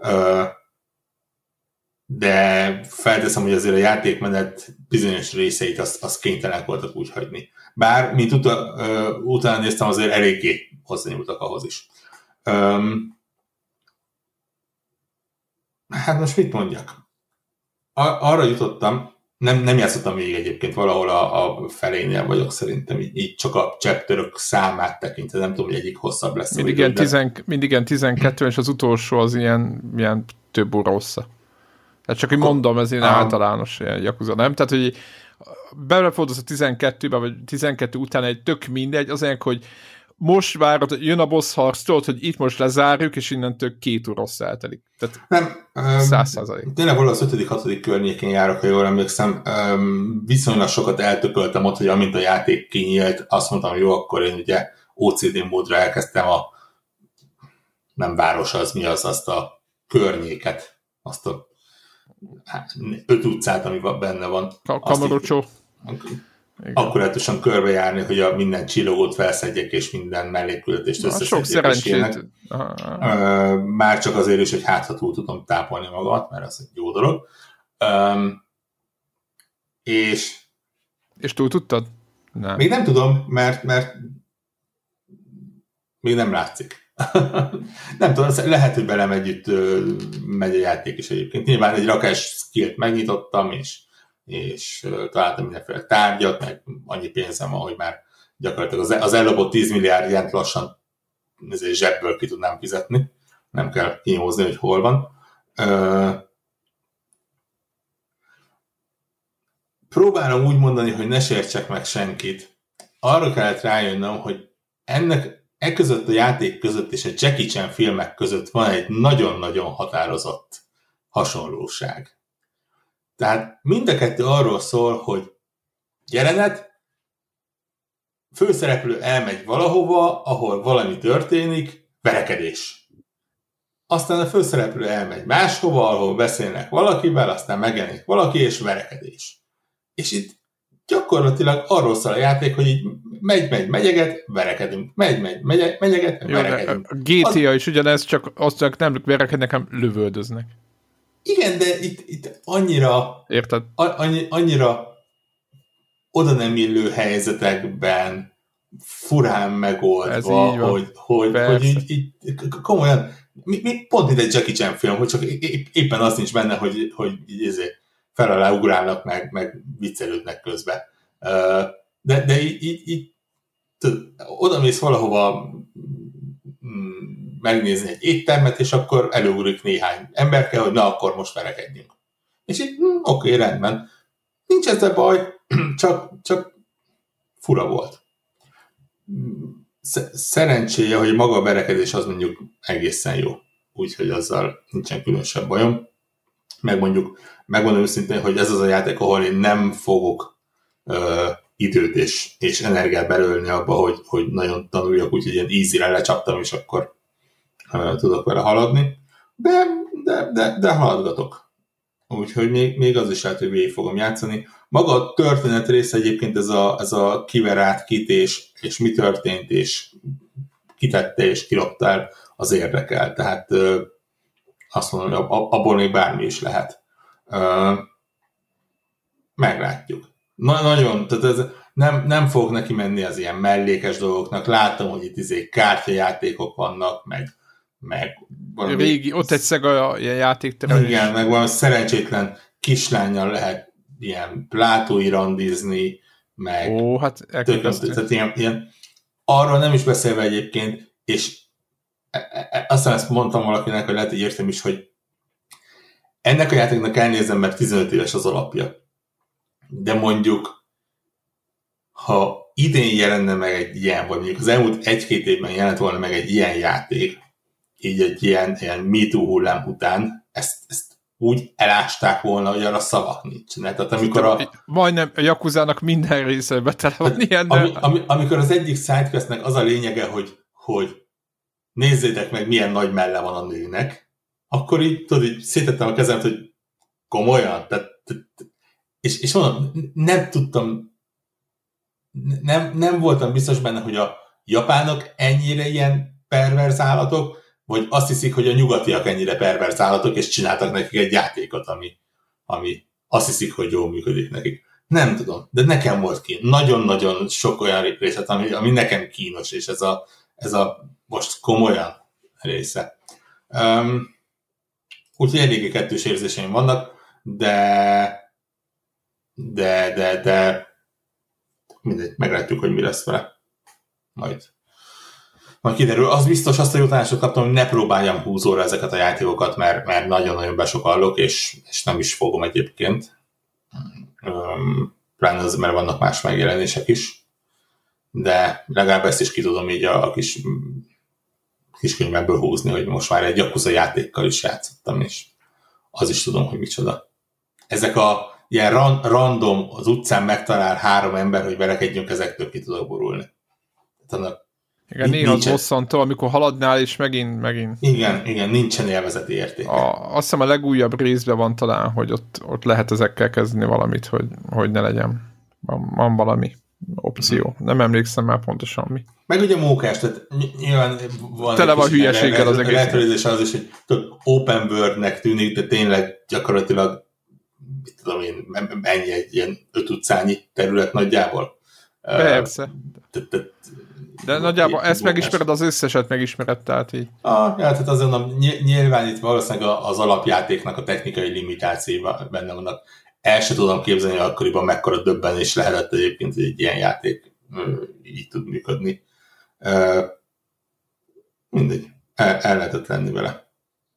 de felteszem, hogy azért a játékmenet bizonyos részeit azt kénytelenek voltak úgy hagyni. Bár, mint utána néztem, azért eléggé hozzányúltak ahhoz is. Hát most mit mondjak? Arra jutottam, nem játszottam még egyébként, valahol a felénél vagyok szerintem, így csak a chapterök számát tekintve, nem tudom, hogy egyik hosszabb lesz. Mindig 12, és az utolsó az ilyen több óra hossza. Hát csak, hogy mondom, ez ilyen általános ilyen Yakuza, nem? Tehát, hogy belefordulsz a 12-be, vagy 12 után egy tök mindegy, azért, hogy most várod, jön a boss harc, tudod, hogy itt most lezárjuk, és innentől 2 óra hossza eltelik. Tehát nem, 100%. Tényleg valahol az 5.-6. környékén járok, ha jól emlékszem. Viszonylag sokat eltököltem ott, hogy amint a játék kinyílt, azt mondtam, hogy jó, akkor én ugye OCD módra elkezdtem nem város az, mi az, azt a környéket, azt a 5 utcát, ami benne van. Kamurocho. Akkurátusan körbejárni, hogy a minden csillogót felszedjek, és minden mellékküldetést összeszedjek. Sok szerencsét. Már csak azért is, hogy ha túl tudom tápolni magamat, mert az egy jó dolog. És túl tudtad? Nem. Még nem tudom, mert még nem látszik. Nem tudom, lehet, hogy velem együtt megy a játék is egyébként. Nyilván egy rakás skillt megnyitottam, és találtam mindenféle tárgyat, meg annyi pénzem van, hogy már gyakorlatilag az ellopott 10 milliárd jent lassan zsebből ki tudnám fizetni. Nem kell kinyózni, hogy hol van. Próbálom úgy mondani, hogy ne sértsek meg senkit. Arra kellett rájönnöm, hogy között a játék között és a Jackie Chan filmek között van egy nagyon-nagyon határozott hasonlóság. Tehát mind a kettő arról szól, hogy jelenet, főszereplő elmegy valahova, ahol valami történik, verekedés. Aztán a főszereplő elmegy máshova, ahol beszélnek valakivel, aztán megjelenik valaki, és verekedés. És itt gyakorlatilag arról szól a játék, hogy így megyeget, verekedünk. Megyeget, verekedünk. A GTA is ugyanez, csak azt nem verekednek, hanem lövöldöznek. Igen, de itt annyira... Érted? Annyira oda nem illő helyzetekben furán megoldva, hogy így komolyan, pont itt egy Jackie Chan film, hogy csak éppen az nincs benne, hogy így fel alá ugrálnak, meg viccelődnek közben. De így oda mész valahova megnézni egy éttermet, és akkor előugrik néhány emberke, hogy na, akkor most verekedjünk. És így, oké, rendben. Nincs ezzel baj, csak fura volt. Szerencséje, hogy maga a verekedés az mondjuk egészen jó. Úgyhogy azzal nincsen különösebb bajom. Megmondom őszintén, hogy ez az a játék, ahol én nem fogok időt és energiát belőlni abba, hogy nagyon tanuljak, úgyhogy ilyen easy-re lecsaptam, és akkor tudok vele haladni. De haladgatok. Úgyhogy még az is lehet, hogy végig fogom játszani. Maga a történet része egyébként ez a kiver át kit, és mi történt, és kitette, és kiraktál, az érdekel. Tehát azt mondom, hogy abból még bármi is lehet. Meglátjuk. Nagyon, tehát ez nem fogok neki menni az ilyen mellékes dolgoknak. Látom, hogy itt kártyajátékok vannak, meg valami... Régi, ott egy szega ilyen játékterem. Igen, meg valami szerencsétlen kislánnyal lehet ilyen plátói randizni, meg... Ó, hát elképesztő. Tehát ilyen, arról nem is beszélve egyébként, és aztán ezt mondtam valakinek, hogy lehet, hogy értem is, hogy ennek a játéknak elnézem, mert 15 éves az alapja. De mondjuk, ha idén jelenne meg egy ilyen, vagy mondjuk az elmúlt 1-2 évben jelent volna meg egy ilyen játék, így egy ilyen MeToo hullám után, ezt úgy elásták volna, hogy arra szavak nincsenek. Tehát amikor majdnem a Yakuzának minden része betele van ilyen. Amikor az egyik sidequestnek az a lényege, hogy nézzétek meg, milyen nagy melle van a nőnek, akkor így, tudod, így szétettem a kezemet, hogy komolyan? És mondom, nem tudtam, nem voltam biztos benne, hogy a japánok ennyire ilyen perverz állatok, vagy azt hiszik, hogy a nyugatiak ennyire perverz állatok, és csináltak nekik egy játékot, ami azt hiszik, hogy jól működik nekik. Nem tudom, de nekem volt kínos. Nagyon-nagyon sok olyan részlet, ami nekem kínos, és ez a most komolyan része. Úgyhogy eléggé kettős érzéseim vannak, de mindegy, meglátjuk, hogy mi lesz vele. Majd kiderül. Az biztos, azt a jó tanácsot kaptam, hogy ne próbáljam 20 óra ezeket a játékokat, mert nagyon-nagyon besokallok, és nem is fogom egyébként. Pláne az, mert vannak más megjelenések is. De legalább ezt is ki tudom így a kis könyvemből húzni, hogy most már egy Yakuza játékkal is játszottam, és az is tudom, hogy micsoda. Ezek a ilyen random, az utcán megtalál 3 ember, hogy verekedjünk, ezektől ki tudok borulni. Igen, néha az bosszantó, amikor haladnál, és megint... Igen, nincsen élvezeti értéke. Azt hiszem a legújabb részben van talán, hogy ott lehet ezekkel kezdeni valamit, hogy ne legyen. Van valami opció. Nem emlékszem már pontosan mi. Meg ugye mókás, tehát nyilván van... Tele van hülyeséggel az egész. Lehetőzés az is, hogy open world-nek tűnik, de tényleg gyakorlatilag mit tudom én, ennyi egy ilyen 5 utcányi terület nagyjából. Persze. De nagyjából ezt megismered, az összeset megismered, tehát így. Tehát azon nyilván itt valószínűleg az alapjátéknak a technikai limitációi benne vannak. El se tudom képzelni, hogy akkoriban mekkora döbbenés lehetett egyébként, hogy egy ilyen játék így tud működni. Mindegy. El lehetett lenni vele.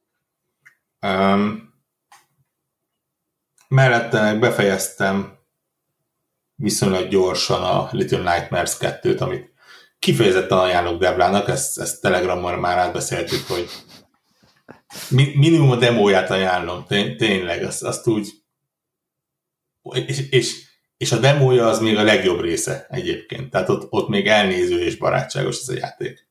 Mellette befejeztem viszonylag gyorsan a Little Nightmares 2-t, amit kifejezetten ajánlok Deblának, ezt Telegramon már átbeszéltük, hogy minimum a demóját ajánlom, tényleg, azt úgy, és a demója az még a legjobb része egyébként, tehát ott még elnéző és barátságos ez a játék.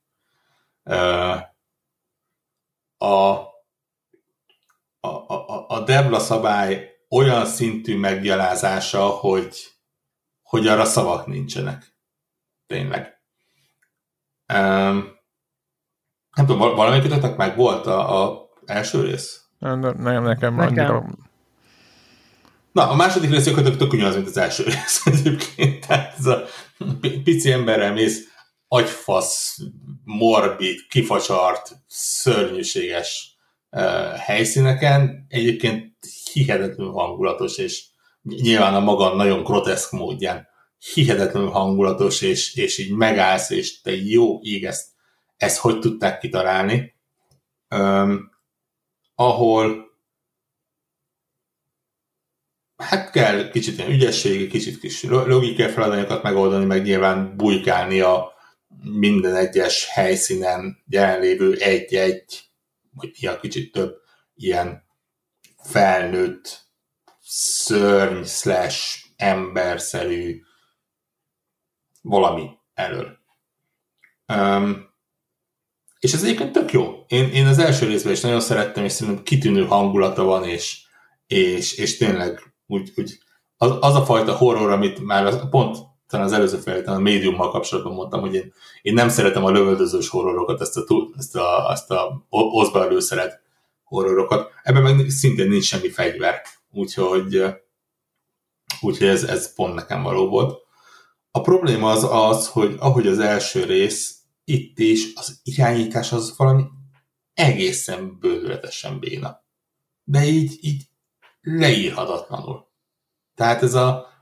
A Debla szabály olyan szintű meggyalázása, hogy arra szavak nincsenek. Tényleg. Nem tudom, valamelyikőtöknek meg volt az első rész? Nekem annyira... Na, a második rész tök ugyanaz, mint az első rész egyébként. Tehát ez a pici emberrel mész, agyfasz, morbid, kifacsart, szörnyűséges helyszíneken. Egyébként hihetetlenül hangulatos, és nyilván a maga nagyon groteszk módján hihetetlenül hangulatos, és így megállsz, és te jó ég, ezt hogy tudták kitalálni. Ahol hát kell kicsit ilyen ügyességi, kicsit kis logikai feladatokat megoldani, meg nyilván bujkálni a minden egyes helyszínen jelenlévő egy-egy, vagy ilyen kicsit több ilyen felnőtt szörny / emberszerű valami elől. És ez egyébként tök jó. Én az első részben is nagyon szerettem, és szerintem kitűnő hangulata van, és tényleg úgy az a fajta horror, amit már pont talán az előző felvételen a médiummal kapcsolatban mondtam, hogy én nem szeretem a lövöldözős horrorokat, ezt a oszba előszeret horrorokat. Ebben meg szintén nincs semmi fegyver, úgyhogy ez pont nekem való volt. A probléma az, hogy ahogy az első rész, itt is az irányítás az valami egészen bődületesen béna. De így leírhatatlanul. Tehát ez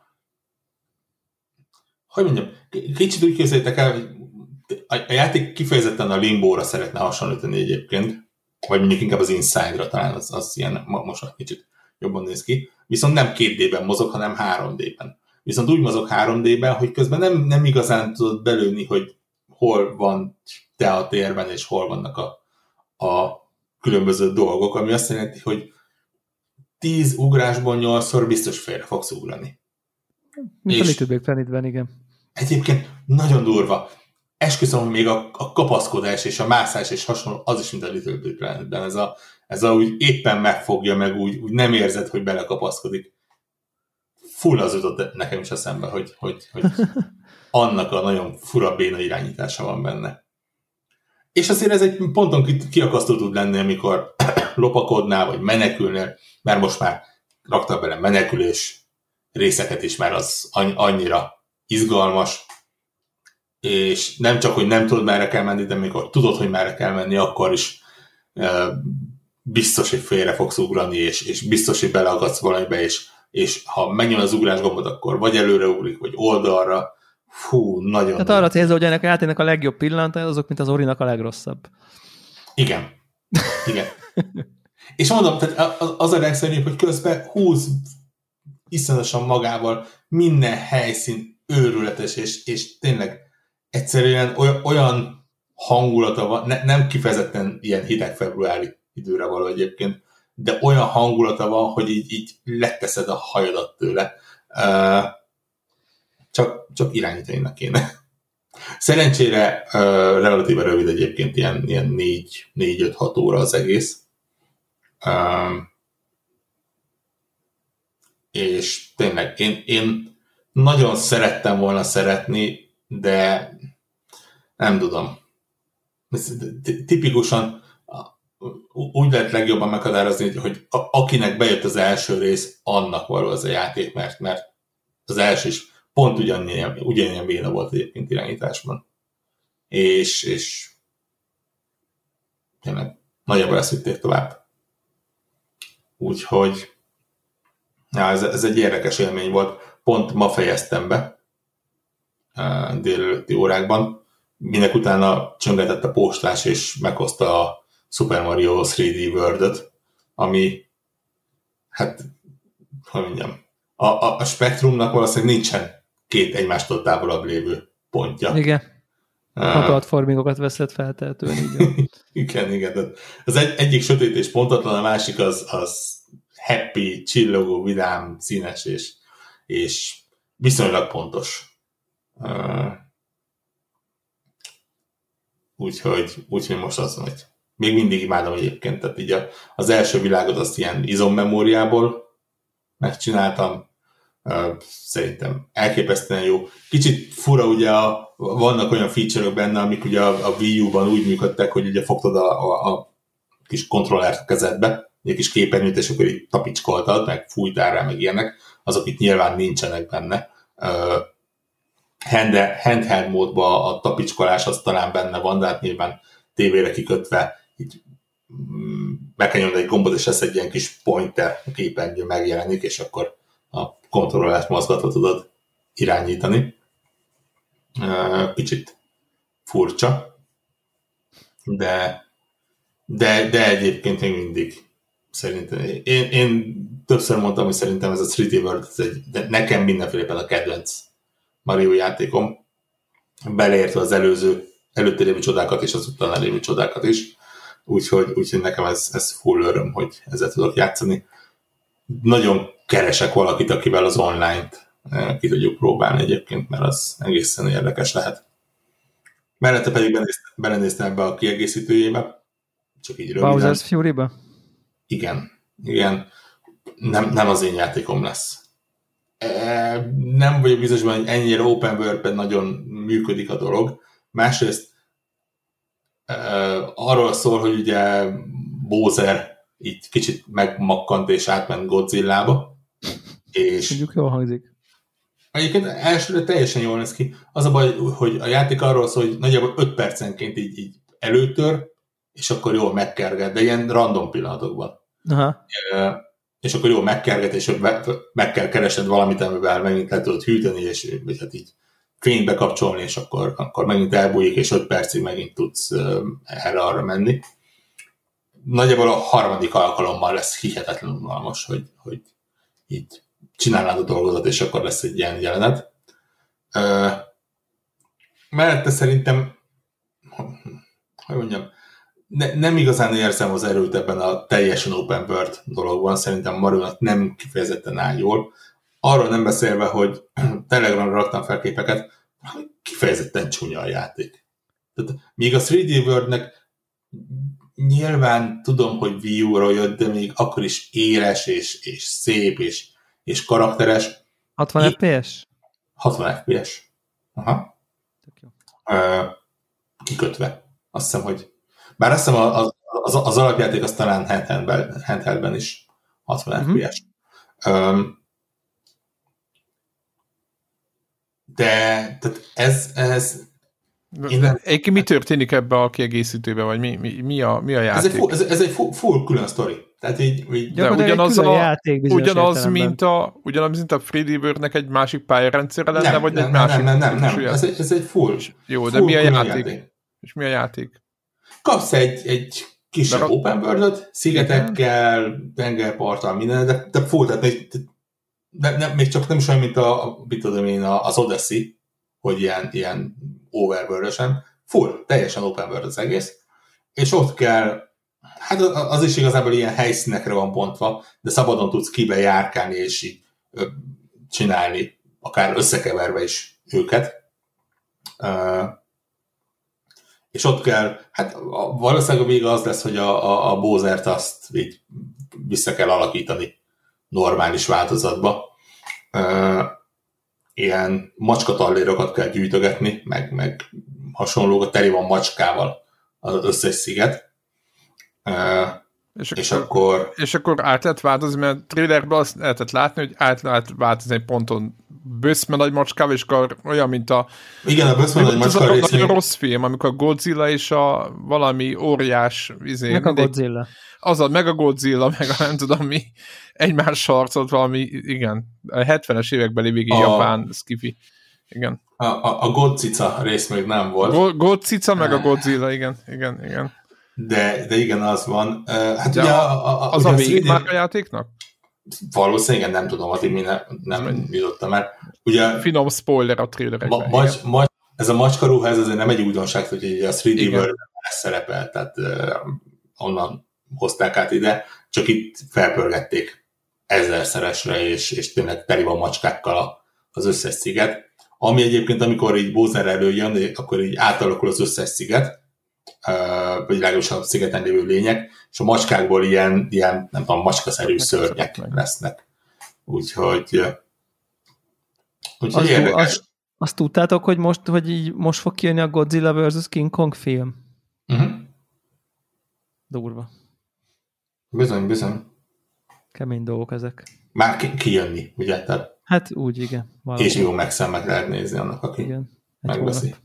hogy mondjam, kicsit úgy képzeljétek el, hogy a játék kifejezetten a Limbóra szeretne hasonlítani egyébként, vagy mondjuk inkább az Inside-ra, talán az ilyen most már kicsit jobban néz ki. Viszont nem 2D-ben mozog, hanem 3D-ben. Viszont úgy mozog 3D-ben, hogy közben nem igazán tudod belőni, hogy hol van te a térben, és hol vannak a különböző dolgok, ami azt jelenti, hogy 10 ugrásból 8-szor biztos félre fogsz ugrani. Mint a Little Big Planetben, igen. Egyébként nagyon durva. Esküszöm, hogy még a kapaszkodás és a mászás és hasonló, az is, mint a Little Big Planetben. Ez a úgy éppen megfogja, meg úgy nem érzed, hogy belekapaszkodik. Full az jutott nekem is eszembe, hogy annak a nagyon fura béna irányítása van benne. És azért ez egy ponton kiakasztó tud lenni, amikor lopakodnál, vagy menekülnél, mert most már raktak bele menekülés részeket is, mert az annyira izgalmas, és nem csak, hogy nem tudod, merre kell menni, de amikor tudod, hogy merre kell menni, akkor is biztos, hogy félre fogsz ugrani, és biztos, hogy beleakadsz valamibe, és ha megnyom az ugrás gombot, akkor vagy előre ugrik, vagy oldalra. Fú, nagyon... Tehát arra célzol, hogy ennek a játéknak a legjobb pillanata, azok, mint az Orinak a legrosszabb. Igen. És mondom, tehát az a legszerűbb, hogy közben húz iszonyatosan magával, minden helyszín őrületes, és tényleg egyszerűen olyan hangulata van, nem kifejezetten ilyen hideg februári időre való egyébként, de olyan hangulata van, hogy így leteszed a hajadat tőle. Csak irányítani kéne. Szerencsére relatíve rövid egyébként, ilyen 4-5-6 óra az egész. És tényleg én nagyon szerettem volna szeretni, de nem tudom. Tipikusan úgy lehet legjobban meghatározni, hogy akinek bejött az első rész, annak való az a játék, mert az első is pont ugyanilyen béna volt egyébként irányításban. És tényleg nagyjából ezt vitték tovább. Úgyhogy ez egy érdekes élmény volt. Pont ma fejeztem be délelőtti órákban. Minek utána csöngetett a postás, és meghozta a Super Mario 3D World-öt, ami, hát, hogy mondjam, a spektrumnak valószínűleg nincsen két egymástól távolabb lévő pontja. Igen. A platformingokat veszed feltehetően, igen. igen. Az egyik sötét és pontatlan, a másik az happy, csillogó, vidám, színes és viszonylag pontos. Úgyhogy most az, hogy még mindig imádom egyébként, tehát így az első világot azt ilyen izommemóriából megcsináltam, szerintem elképesztően jó. Kicsit fura, ugye vannak olyan feature-ök benne, amik ugye a Wii U-ban úgy működtek, hogy ugye fogtad a kis kontrollert kezedbe, egy kis képernyőt, és akkor így tapicskoltad, meg fújtál rá, meg ilyenek, azok itt nyilván nincsenek benne. Handheld módban a tapicskolás az talán benne van, de hát nyilván tévére kikötve így be kell nyomni egy gombot, és ez egy ilyen kis pointer képernyő megjelenik, és akkor a kontrollert mozgatva tudod irányítani. Kicsit furcsa, de egyébként még mindig szerintem. Én többször mondtam, hogy szerintem ez a 3D World, de nekem mindenféleképpen a kedvenc Mario játékom, beleértve az előtte lévő csodákat és az utána lévő csodákat is. Úgyhogy nekem ez full öröm, hogy ezzel tudok játszani. Nagyon keresek valakit, akivel az online-t ki tudjuk próbálni egyébként, mert az egészen érdekes lehet. Mellette pedig belenéztem ebbe a kiegészítőjébe, csak így röviden. Bowser's Fury-ba? Igen. Nem az én játékom lesz. Nem vagyok biztos, hogy ennyire open world-ben nagyon működik a dolog. Másrészt arról szól, hogy ugye Bowser így kicsit megmakkant és átment Godzillába. És mondjuk jól hangzik. Egyébként elsőre teljesen jól néz ki. Az a baj, hogy a játék arról szól, hogy nagyjából 5 percenként így előtör, és akkor jól megkerget, de ilyen random pillanatokban. Aha. És akkor jól megkerget, és meg kell keresned valamit, amivel megint le tudod hűteni, és hát így fényt bekapcsolni, és akkor megint elbújik, és 5 percig megint tudsz erre-arra menni. Nagyjából a harmadik alkalommal lesz hihetetlenül unalmas, hogy így csinálnád a dolgodat, és akkor lesz egy ilyen jelenet. Mellette szerintem, hogy mondjam, nem igazán érzem az erőt ebben a teljesen open world dologban, szerintem Mario-nak nem kifejezetten áll jól. Arról nem beszélve, hogy Telegramra raktam fel képeket, kifejezetten csúnya a játék. Tehát, míg a 3D World-nek nyilván tudom, hogy Wii U-ról jött, de még akkor is éles, és szép, és karakteres. 60 FPS? 60 FPS. Aha. Tök jó. Kikötve. Azt hiszem, hogy bár azt hiszem az alapjáték az talán handheldben is 60 FPS. De tehát ez Egyébként mi történik ebbe a kiegészítőbe, vagy mi a játék? Ez egy full külön sztori. Tehát így de ugyanaz, mint a 3D World-nek egy másik pályarendszere lenne, vagy egy másik? Nem. Ez egy full. Jó, de mi a játék? És mi a játék? Kapsz egy kisebb open world-ot, szigetekkel, tengerparttal, minden, de full, tehát még csak nem is olyan, mint az Odyssey, hogy ilyen overworld-ösen, full, teljesen open world az egész, és ott kell, hát az is igazából ilyen helyszínekre van bontva, de szabadon tudsz kibe járkálni, és így csinálni, akár összekeverve is őket. És ott kell, hát valószínűleg még az lesz, hogy a Bowsert azt így vissza kell alakítani normális változatba. Ilyen macskatallérokat kell gyűjtögetni, meg hasonlókat, teli van macskával az összes sziget. És akkor át lehet változni, mert a trailerben azt lehetett látni, hogy át lehet változni egy ponton Böszme nagy macskával, és akkor olyan, mint a... Igen, a Böszme nagy macska rész. Az a rossz film, amikor a Godzilla és a valami óriás... meg a Godzilla. Meg a Godzilla, meg a nem tudom mi, egymás harcolt valami, igen, a 70-es évekbeli végig japán skifi. Igen. A Godzica rész még nem volt. Godzica, meg a Godzilla, igen. De igen, az van. Hát de ugye az a végig már a játéknak? Valószínűleg nem tudom, addig nem jutottam el. Ugye, finom spoiler a trailerekben. Ez a macskaruha, ez azért nem egy újdonság, hogy a 3D World szerepel, tehát onnan hozták át ide, csak itt felpörgették 1000-szeresre, és tényleg teli van macskákkal az összes sziget. Ami egyébként, amikor így Bowser előjön, akkor így átalakul az összes sziget, vagy legalábbis a szigeten lévő lények, és a macskákból ilyen nem tudom, macskaszerű szörnyek lesznek. Úgyhogy érdekes. Azt tudtátok, hogy most fog kijönni a Godzilla vs. King Kong film? Durva. Bizony. Kemény dolgok ezek. Már kijönni, ugye? Tehát hát úgy, igen. Valami. És jó megszemmet lehet nézni annak, aki megveszi.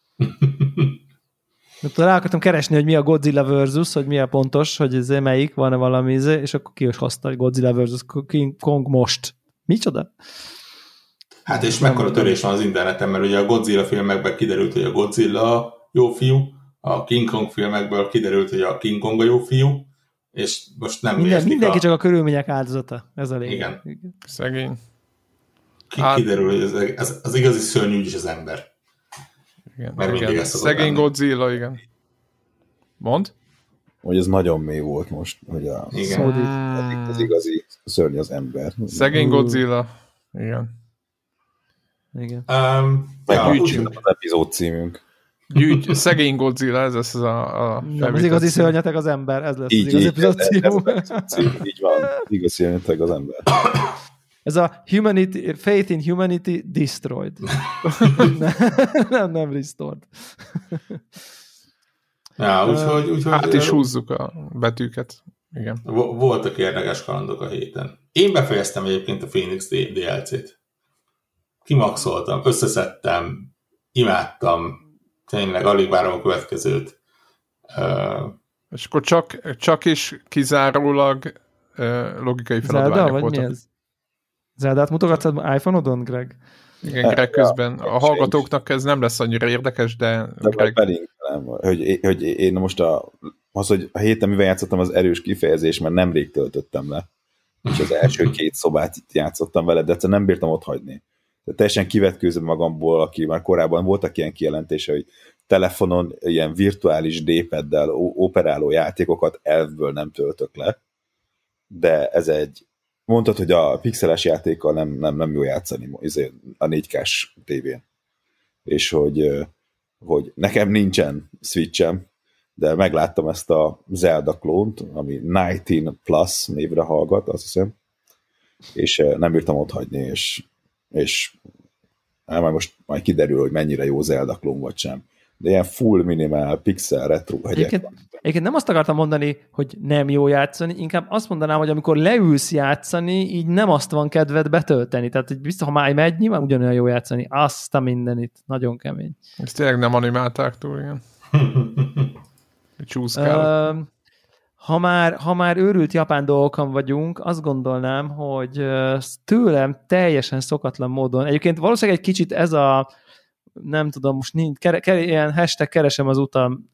Rá akartam keresni, hogy mi a Godzilla versus, hogy mi a pontos, hogy ez melyik, van-e valami, és akkor ki is hozta, hogy Godzilla versus King Kong most. Micsoda? Hát és mekkora törés van az interneten, mert ugye a Godzilla filmekben kiderült, hogy a Godzilla jó fiú, a King Kong filmekből kiderült, hogy a King Kong a jó fiú, és most nem mindenki csak a körülmények áldozata. Ez a lényeg. Igen. Szegény. Kiderül, hogy az igazi szörnyű úgyis az ember. Igen. Szegény Godzilla, igen. Mondd? Hogy ez nagyon mély volt most, hogy az igazi szörny az ember. Szegény Godzilla. Igen. Meggyűjtsünk az epizód címünk. Szegény Godzilla, ez lesz a nem, az igazi szörnyetek az ember, ez lesz az igazi epizód címünk. Így van, igazi szörnyetek az ember. Ez a Faith in Humanity Destroyed. nem restored. Ja, úgyhogy át is húzzuk a betűket. Igen. Voltak érdekes kalandok a héten. Én befejeztem egyébként a Phoenix DLC-t. Kimaxoltam, összeszedtem, imádtam, tényleg alig várom a következőt. És akkor csak is kizárólag logikai feladványok voltak. Zeldát mutogatsz iPhone-odon, Greg? Igen, Greg közben. A hallgatóknak ez nem lesz annyira érdekes, de Greg... hogy én most hogy a héten mivel játszottam, az erős kifejezés, mert nemrég töltöttem le. És az első 2 szobát játszottam vele, de egyszerűen nem bírtam ott hagyni. Tehát teljesen kivetkőzöm magamból, aki már korábban voltak ilyen kijelentése, hogy telefonon ilyen virtuális D-paddel operáló játékokat elvből nem töltök le, de ez mondtad, hogy a pixeles játékkal nem jó játszani a 4K-s tévén. És hogy nekem nincsen Switchem, de megláttam ezt a Zelda klónt, ami 19 Plus névre hallgat, azt hiszem, és nem bírtam otthagyni, és majd kiderül, hogy mennyire jó Zelda klón vagy sem. De ilyen full minimál pixel retro hegyek. Egyébként nem azt akartam mondani, hogy nem jó játszani, inkább azt mondanám, hogy amikor leülsz játszani, így nem azt van kedved betölteni. Tehát hogy biztos, ha már megy, nyilván ugyanolyan jó játszani. Azt a mindenit. Nagyon kemény. Ezt tényleg nem animálták túl, igen. Csúszkál. Ha már őrült japán dolgokon vagyunk, azt gondolnám, hogy tőlem teljesen szokatlan módon, egyébként valószínűleg egy kicsit ez a, nem tudom, most ilyen hashtag keresem az utam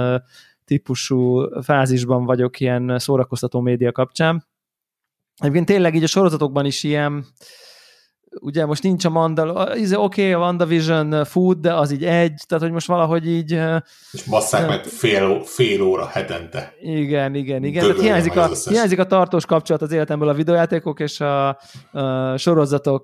típusú fázisban vagyok ilyen szórakoztató média kapcsán. Egyébként tényleg így a sorozatokban is ilyen, ugye most nincs a oké, a WandaVision food, de az így tehát hogy most valahogy így... És basszák meg fél óra hetente. Igen. Tehát hiányzik a tartós kapcsolat az életemből a videójátékok és a sorozatok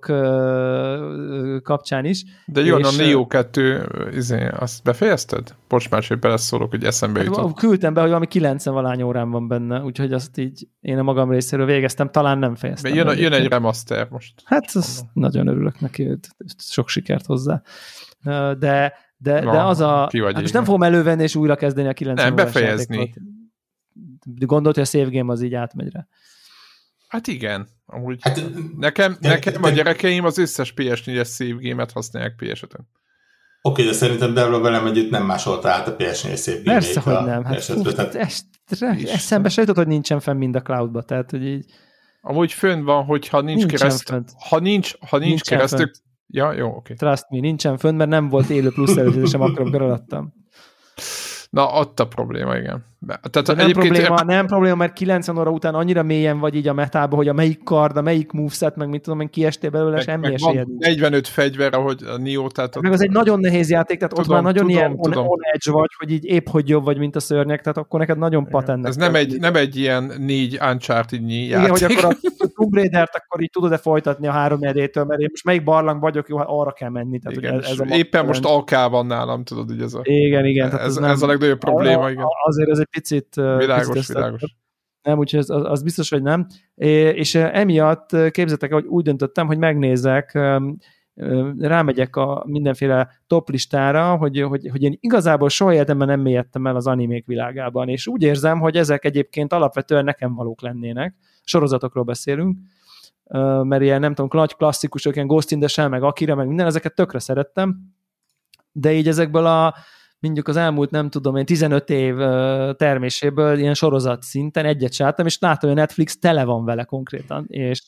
kapcsán is. De jó, a Neo 2, azt befejezted? Bocs, máshogy beleszólok, hogy eszembe jutott. Küldtem be, hogy valami 90-valány órán van benne, úgyhogy azt így én a magam részéről végeztem, talán nem fejeztem. Jön egy remaster most. Hát nagyon örülök neki, sok sikert hozzá. De az a... Hát most nem fogom elővenni és újra kezdeni a 90 nem, befejezni. Játékot. Gondolt, hogy a save game az így átmegy rá. Hát igen. Amúgy nekem a gyerekeim az összes PS4-es save game-et használják PS5-en. Oké, de szerintem Debla velem együtt nem másolta át a PS4 save game-ét. Persze, hogy nem. Eszembe se jutott, hogy nincsen fenn mind a cloudba, tehát hogy így... Amúgy fönn van, hogyha nincs kereszt. Ha nincs keresztük. Ja, jó, oké. Trust me, nincsen fönn, mert nem volt élő plusz előzésem, akkor alattam. Na, ott a probléma, igen. Tehát nem probléma, mert 90 óra után annyira mélyen vagy így a metába, hogy a melyik kard, a melyik moveset, meg mit tudom én, kiestél belőle, semmi esélye. 45 fegyver, ahogy a Neo, tehát... Meg az egy nagyon nehéz játék, tehát ott már nagyon ilyen on edge vagy, hogy így épp hogy jobb vagy, mint a szörnyek, tehát akkor neked nagyon patennek. Ez nem egy ilyen 4 Uncharted-nyi játék. Igen, hogy akkor a Tomb Raider-t akkor így tudod-e folytatni a 3 edétől, mert én most melyik barlang vagyok, jó, arra kell menni. Tehát, igen, ez éppen most AK van nálam, tudod, hogy ez a... Igen. Ez a legnagyobb probléma, igen. Azért ez egy picit... Világos. Nem, úgyhogy az biztos, hogy nem. És emiatt képzeljétek, hogy úgy döntöttem, hogy megnézek, rámegyek a mindenféle top listára, hogy én igazából soha életemben nem mélyedtem el az animék világában, és úgy érzem, hogy ezek egyébként alapvetően nekem valók lennének. Sorozatokról beszélünk, mert ilyen nem tudom, nagy klasszikusok, ilyen Ghost in the Shell, meg Akira, meg minden, ezeket tökre szerettem, de így ezekből mondjuk az elmúlt, nem tudom én, 15 év terméséből ilyen sorozat szinten egyet se láttam, és látom, hogy a Netflix tele van vele konkrétan,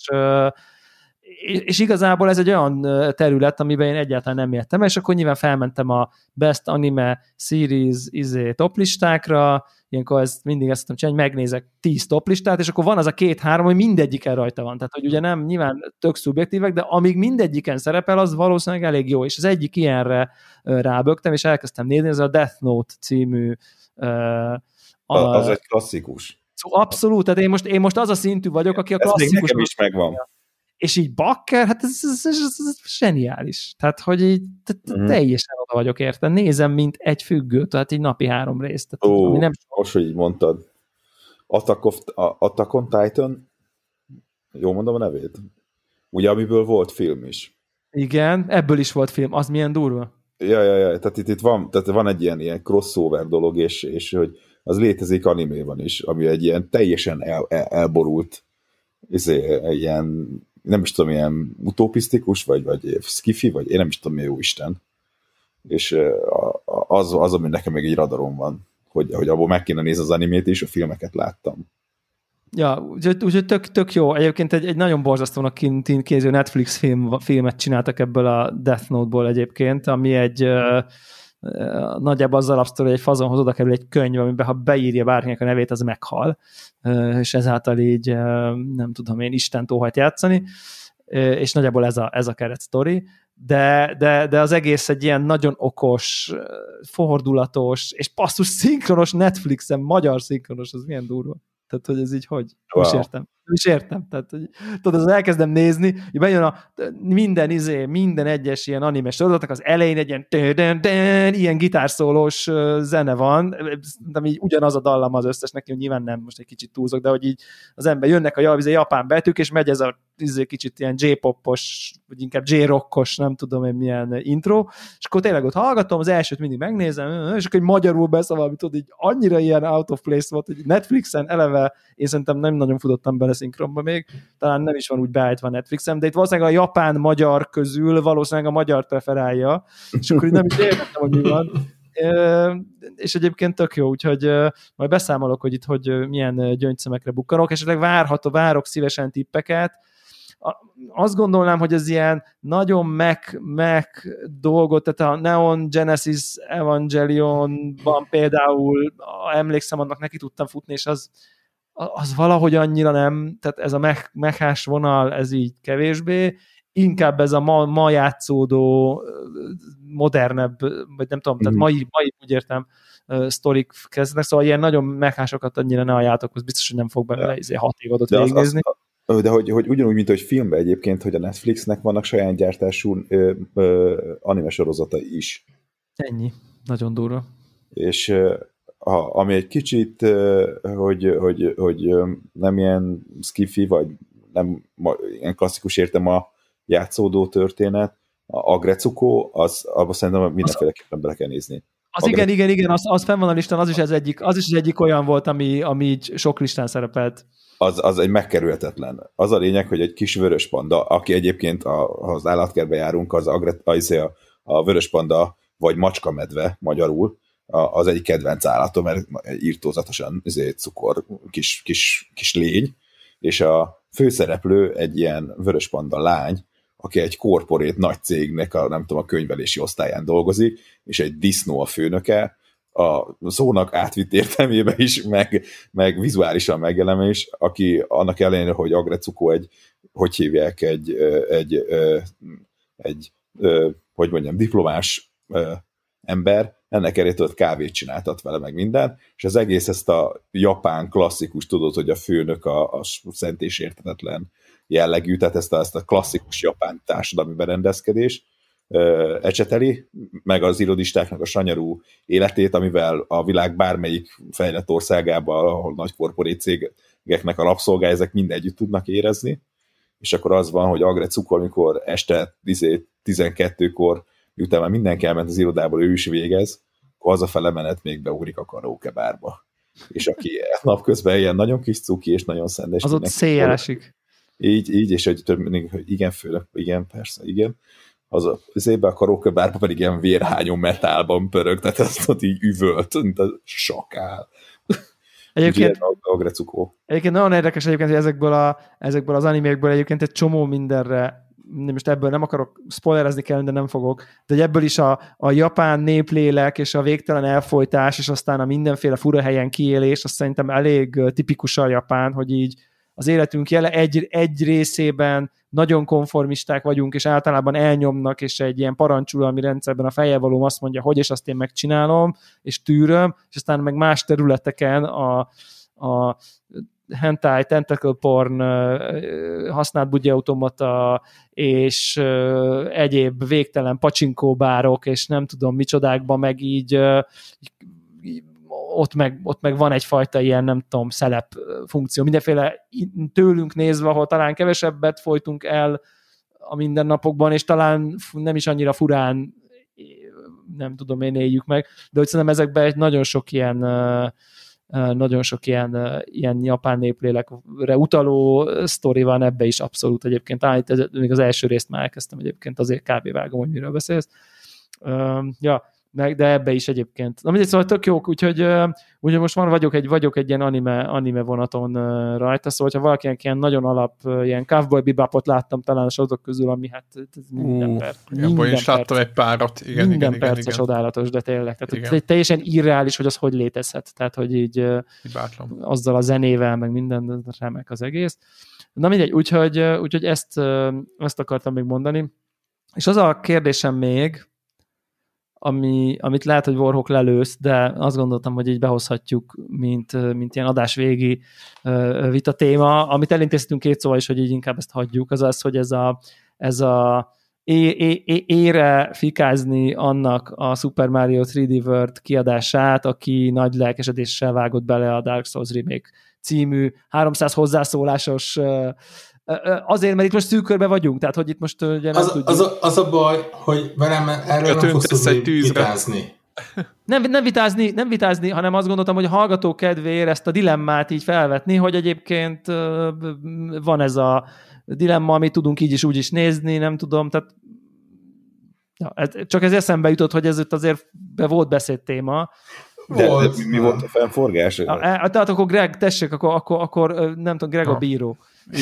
és igazából ez egy olyan terület, amiben én egyáltalán nem értem, és akkor nyilván felmentem a Best Anime Series top listákra, ilyenkor mindig ezt tudom csinálni, hogy megnézek 10 top listát, és akkor van az a 2-3, hogy mindegyiken rajta van. Tehát, hogy ugye nem nyilván tök szubjektívek, de amíg mindegyiken szerepel, az valószínűleg elég jó. És az egyik ilyenre rábögtem, és elkezdtem nézni, ez a Death Note című... az egy klasszikus. Szóval abszolút, tehát én most az a szintű vagyok, aki a klasszikus... Ez nekem is megvan. És így bakker, hát ez zseniális. Tehát, hogy így teljesen oda vagyok érte. Nézem, mint egy függő, tehát így napi 3 részt. Most, hogy így mondtad. Attack on Titan, jól mondom a nevét? Ugye, amiből volt film is. Igen, ebből is volt film. Az milyen durva? Ja. Tehát itt van egy ilyen crossover dolog, és hogy az létezik animében is, ami egy ilyen teljesen elborult ilyen nem is tudom, ilyen utopisztikus, vagy skifi, vagy én nem is tudom, mi jó Isten. És az, ami nekem még egy radaron van, hogy abból meg kéne nézni az animét, és a filmeket láttam. Ja, úgyhogy tök jó. Egyébként egy nagyon borzasztónak kéző Netflix filmet csináltak ebből a Death Note-ból egyébként, ami egy nagyjából az alapsztori, hogy egy fazonhoz oda kerül egy könyv, amiben ha beírja bárkinek a nevét, az meghal, és ezáltal így nem tudom én, Istent óhajt játszani, és nagyjából ez a keret sztori, de az egész egy ilyen nagyon okos, fordulatos, és passzus szinkronos Netflixen, magyar szinkronos, az milyen durva. Tehát, hogy ez így hogy? Wow. Nem is értem. Tehát, hogy, tudod, az elkezdem nézni, hogy bejön minden egyes ilyen anime sorozatnak az elején egy ilyen gitárszólós zene van, de így ugyanaz a dallam az összes, neki nyilván nem, most egy kicsit túlzok, de hogy így az ember jönnek a japán betűk, és megy ez a kicsit ilyen J-popos, vagy inkább J-rockos, nem tudom én milyen intro, és akkor tényleg ott hallgatom, az elsőt mindig megnézem, és akkor egy magyarul beszél valami, tudod, így annyira ilyen out of place volt, hogy Netflixen eleve én szerintem nem nagyon futottam bele szinkronba még, talán nem is van úgy beállítva Netflixen, de itt valószínűleg a japán-magyar közül valószínűleg a magyar preferálja, és akkor így nem is értettem, hogy mi van. És egyébként tök jó, úgyhogy majd beszámolok, hogy itt hogy milyen gyöngyszemekre bukkanok, és várok szívesen tippeket. Azt gondolnám, hogy ez ilyen nagyon meg dolgot, tehát a Neon Genesis Evangelionban például, emlékszem, annak neki tudtam futni, és az valahogy annyira nem, tehát ez a mechás vonal, ez így kevésbé, inkább ez a ma játszódó, modernebb, vagy nem tudom, tehát mai úgy értem, sztorik kezdenek, szóval ilyen nagyon mechásokat annyira ne ajánlatok, az biztos, hogy nem fog bele 6 évadot végignézni. De hogy ugyanúgy, mint hogy filmben egyébként, hogy a Netflixnek vannak saját gyártású anime sorozatai is. Ennyi. Nagyon durva. És ami egy kicsit, hogy nem ilyen skifi, vagy nem ilyen klasszikus értem a játszódó történet, a Agretsuko, abban szerintem mindenféleképpen bele kell nézni. Az igen, az fenn van a listán, az is egyik olyan volt, ami így sok listán szerepelt. Az egy megkerülhetetlen. Az a lényeg, hogy egy kis vörös panda, aki egyébként, ha az állatkertbe járunk, a vörös panda, vagy macskamedve magyarul, az egyik kedvenc állatom, mert írtózatosan cukor kis lény, és a főszereplő egy ilyen vörös panda lány, aki egy korporét nagy cégnek a könyvelési osztályán dolgozik, és egy disznó a főnöke, a szónak átvitt értelmébe is, meg vizuálisan megjelenés, aki annak ellenére, hogy Agretsuko diplomás ember, ennek elég tudott kávét csináltat vele, meg minden, és az egész ezt a japán klasszikus, tudod, hogy a főnök a szent és érthetetlen jellegű, tehát ezt a klasszikus japán társadalmi berendezkedés ecseteli, meg az irodistáknak a sanyarú életét, amivel a világ bármelyik fejlett országában, ahol nagy korporét cégeknek a rabszolgái, ezek mind együtt tudnak érezni, és akkor az van, hogy Agretsuko, amikor este 12-kor, miután már mindenki elment az irodából, ő is végez, akkor hazafele menet még beugrik a karaoke bárba. És aki napközben ilyen nagyon kis cuki és nagyon szendes. Az ott széjjel esik. Így, és hogy igen, főleg, igen, persze, igen. Az évben a karaoke bárba pedig ilyen vérhányó metálban pörög, tehát ezt ott így üvölt, mint a sakál. Egyébként nagyon érdekes egyébként, hogy ezekből az animékből egyébként egy csomó mindenre, most ebből nem akarok spoilerezni kell, de nem fogok, de hogy ebből is a japán néplélek és a végtelen elfojtás, és aztán a mindenféle fura helyen kiélés, azt szerintem elég tipikusan japán, hogy így az életünk jele egy részében nagyon konformisták vagyunk, és általában elnyomnak, és egy ilyen parancsuralmi rendszerben a fejjel azt mondja, hogy és azt én megcsinálom, és tűröm, és aztán meg más területeken a hentai, tentacle porn, használt bugyautomata, és egyéb végtelen pacsinkóbárok, és nem tudom micsodákban, meg így ott meg van egyfajta ilyen, nem tudom, szelep funkció. Mindenféle tőlünk nézve, ahol talán kevesebbet folytunk el a mindennapokban, és talán nem is annyira furán, nem tudom én éljük meg, de hogy szerintem ezekben egy nagyon sok ilyen japán néplélekre utaló sztori van, ebbe is abszolút egyébként. Még az első részt már elkezdtem egyébként, azért kb. Vágom, hogy miről beszélsz. De ebbe is egyébként. Na mindegy, szóval tök jók, úgyhogy most már vagyok egy ilyen anime vonaton rajta, szóval ha valakinek ilyen nagyon alap, ilyen Cowboy Bebopot láttam talán a sorozatok közül, ami hát minden perc. Abban is láttam egy párat. Igen, perc csodálatos, de tényleg. Tehát teljesen irreális, hogy az hogy létezhet. Tehát, hogy így azzal a zenével, meg minden remek az egész. Na mindegy, úgyhogy ezt akartam még mondani. És az a kérdésem még, amit lehet, hogy Warhawk lelősz, de azt gondoltam, hogy így behozhatjuk, mint ilyen adásvégi vita téma, amit elintéztünk 2 szóval is, hogy így inkább ezt hagyjuk, az az, hogy ez a ére fikázni annak a Super Mario 3D World kiadását, aki nagy lelkesedéssel vágott bele a Dark Souls Remake című 300 hozzászólásos azért, mert itt most szűkörbe vagyunk, tehát hogy itt most ugye nem tudjuk. Az a baj, hogy velem erről nem fogsz tudni vitázni. Nem vitázni, hanem azt gondoltam, hogy a hallgató kedvéért ezt a dilemmát így felvetni, hogy egyébként van ez a dilemma, amit tudunk így is úgy is nézni, nem tudom, tehát csak ez eszembe jutott, hogy ez azért volt beszédtéma. De mi volt a fennforgás? Tehát akkor Greg, tessék, akkor nem tudom, Greg a bíró.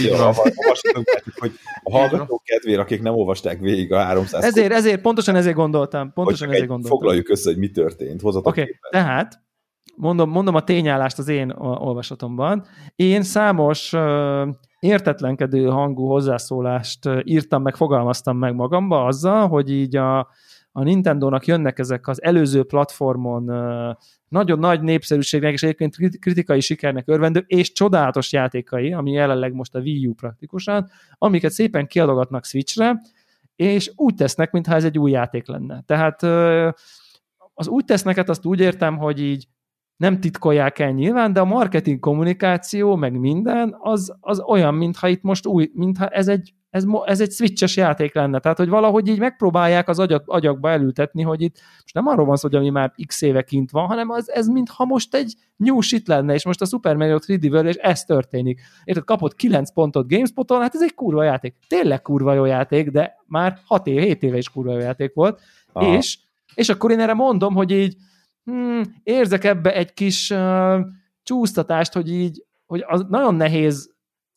Hogy a hallgatók kedvére, akik nem olvasták végig a 300 ezért pontosan ezért gondoltam. Foglaljuk össze, hogy mi történt. Oké, tehát mondom a tényállást az én olvasatomban. Én számos értetlenkedő hangú hozzászólást írtam meg, fogalmaztam meg magamba azzal, hogy így a Nintendónak jönnek ezek az előző platformon nagyon nagy népszerűségnek és egyébként kritikai sikernek örvendő és csodálatos játékai, ami jelenleg most a Wii U praktikusan, amiket szépen kiadogatnak Switchre, és úgy tesznek, mintha ez egy új játék lenne. Tehát az úgy teszneket azt úgy értem, hogy így nem titkolják el nyilván, de a marketing kommunikáció, meg minden, az olyan, mintha itt most mintha ez egy switches játék lenne. Tehát, hogy valahogy így megpróbálják az agyakba elültetni, hogy itt most nem arról van szó, hogy ami már x éve kint van, hanem ez mintha most egy new shit lenne, és most a Super Mario 3D World, és ez történik. Érted, kapott 9 pontot GameSpoton, hát ez egy kurva játék. Tényleg kurva jó játék, de már 7 éve is kurva jó játék volt. És akkor én erre mondom, hogy így érzek ebbe egy kis csúsztatást, hogy az nagyon nehéz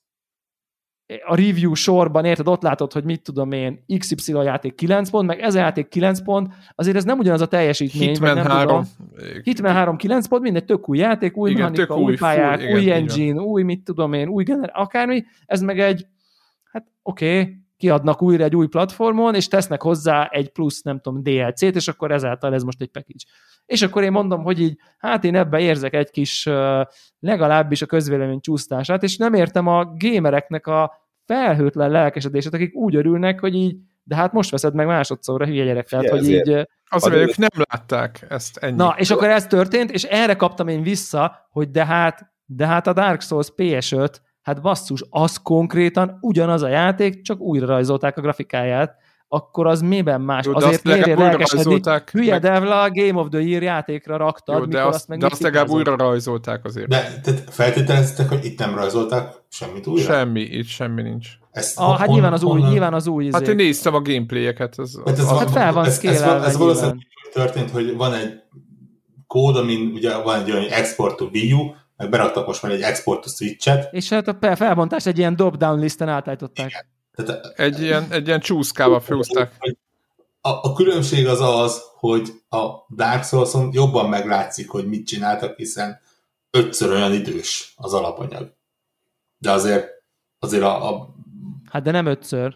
a review sorban, érted, ott látod, hogy mit tudom én, XY játék 9 pont, meg ez a játék 9 pont, azért ez nem ugyanaz a teljesítmény. Hitman 3 9 pont, mindegy, tök új játék, új mechanika, új pályák, új engine, új mit tudom én, új akármi, ez meg egy, hát oké, kiadnak újra egy új platformon, és tesznek hozzá egy plusz, nem tudom, DLC-t, és akkor ezáltal ez most egy package. És akkor én mondom, hogy így, hát én ebben érzek egy kis legalábbis a közvélemény csúsztását, és nem értem a gamereknek a felhőtlen lelkesedését, akik úgy örülnek, hogy így, de hát most veszed meg másodszorra, hülye gyerek. Tehát, hogy így... Azt mondja, ők nem látták ezt ennyi. Na, és akkor ez történt, és erre kaptam én vissza, hogy de hát a Dark Souls PS5, hát basszus, az konkrétan ugyanaz a játék, csak újra rajzolták a grafikáját, akkor az miben más? Jó, azért miért lelkesedni? Hülye meg... Devla a Game of the Year játékra raktad, jó, de azt legalább újra rajzolták azért. De feltételeztek, hogy itt nem rajzolták semmit újra? Semmi, itt semmi nincs. Hát nyilván az új. Hát én néztem a gameplayeket. Hát fel van scale-elve. Ez valószínűleg történt, hogy van egy kód, amin ugye van egy olyan export to Wii U, meg beraktak most már egy export to Switch-et. És hát a felbontást egy ilyen drop-down listen átállították. Egy ilyen csúszkával főztek. A különbség az, hogy a Dark Souls-on jobban meglátszik, hogy mit csináltak, hiszen 5-ször olyan idős az alapanyag. De azért Hát de nem 5-ször.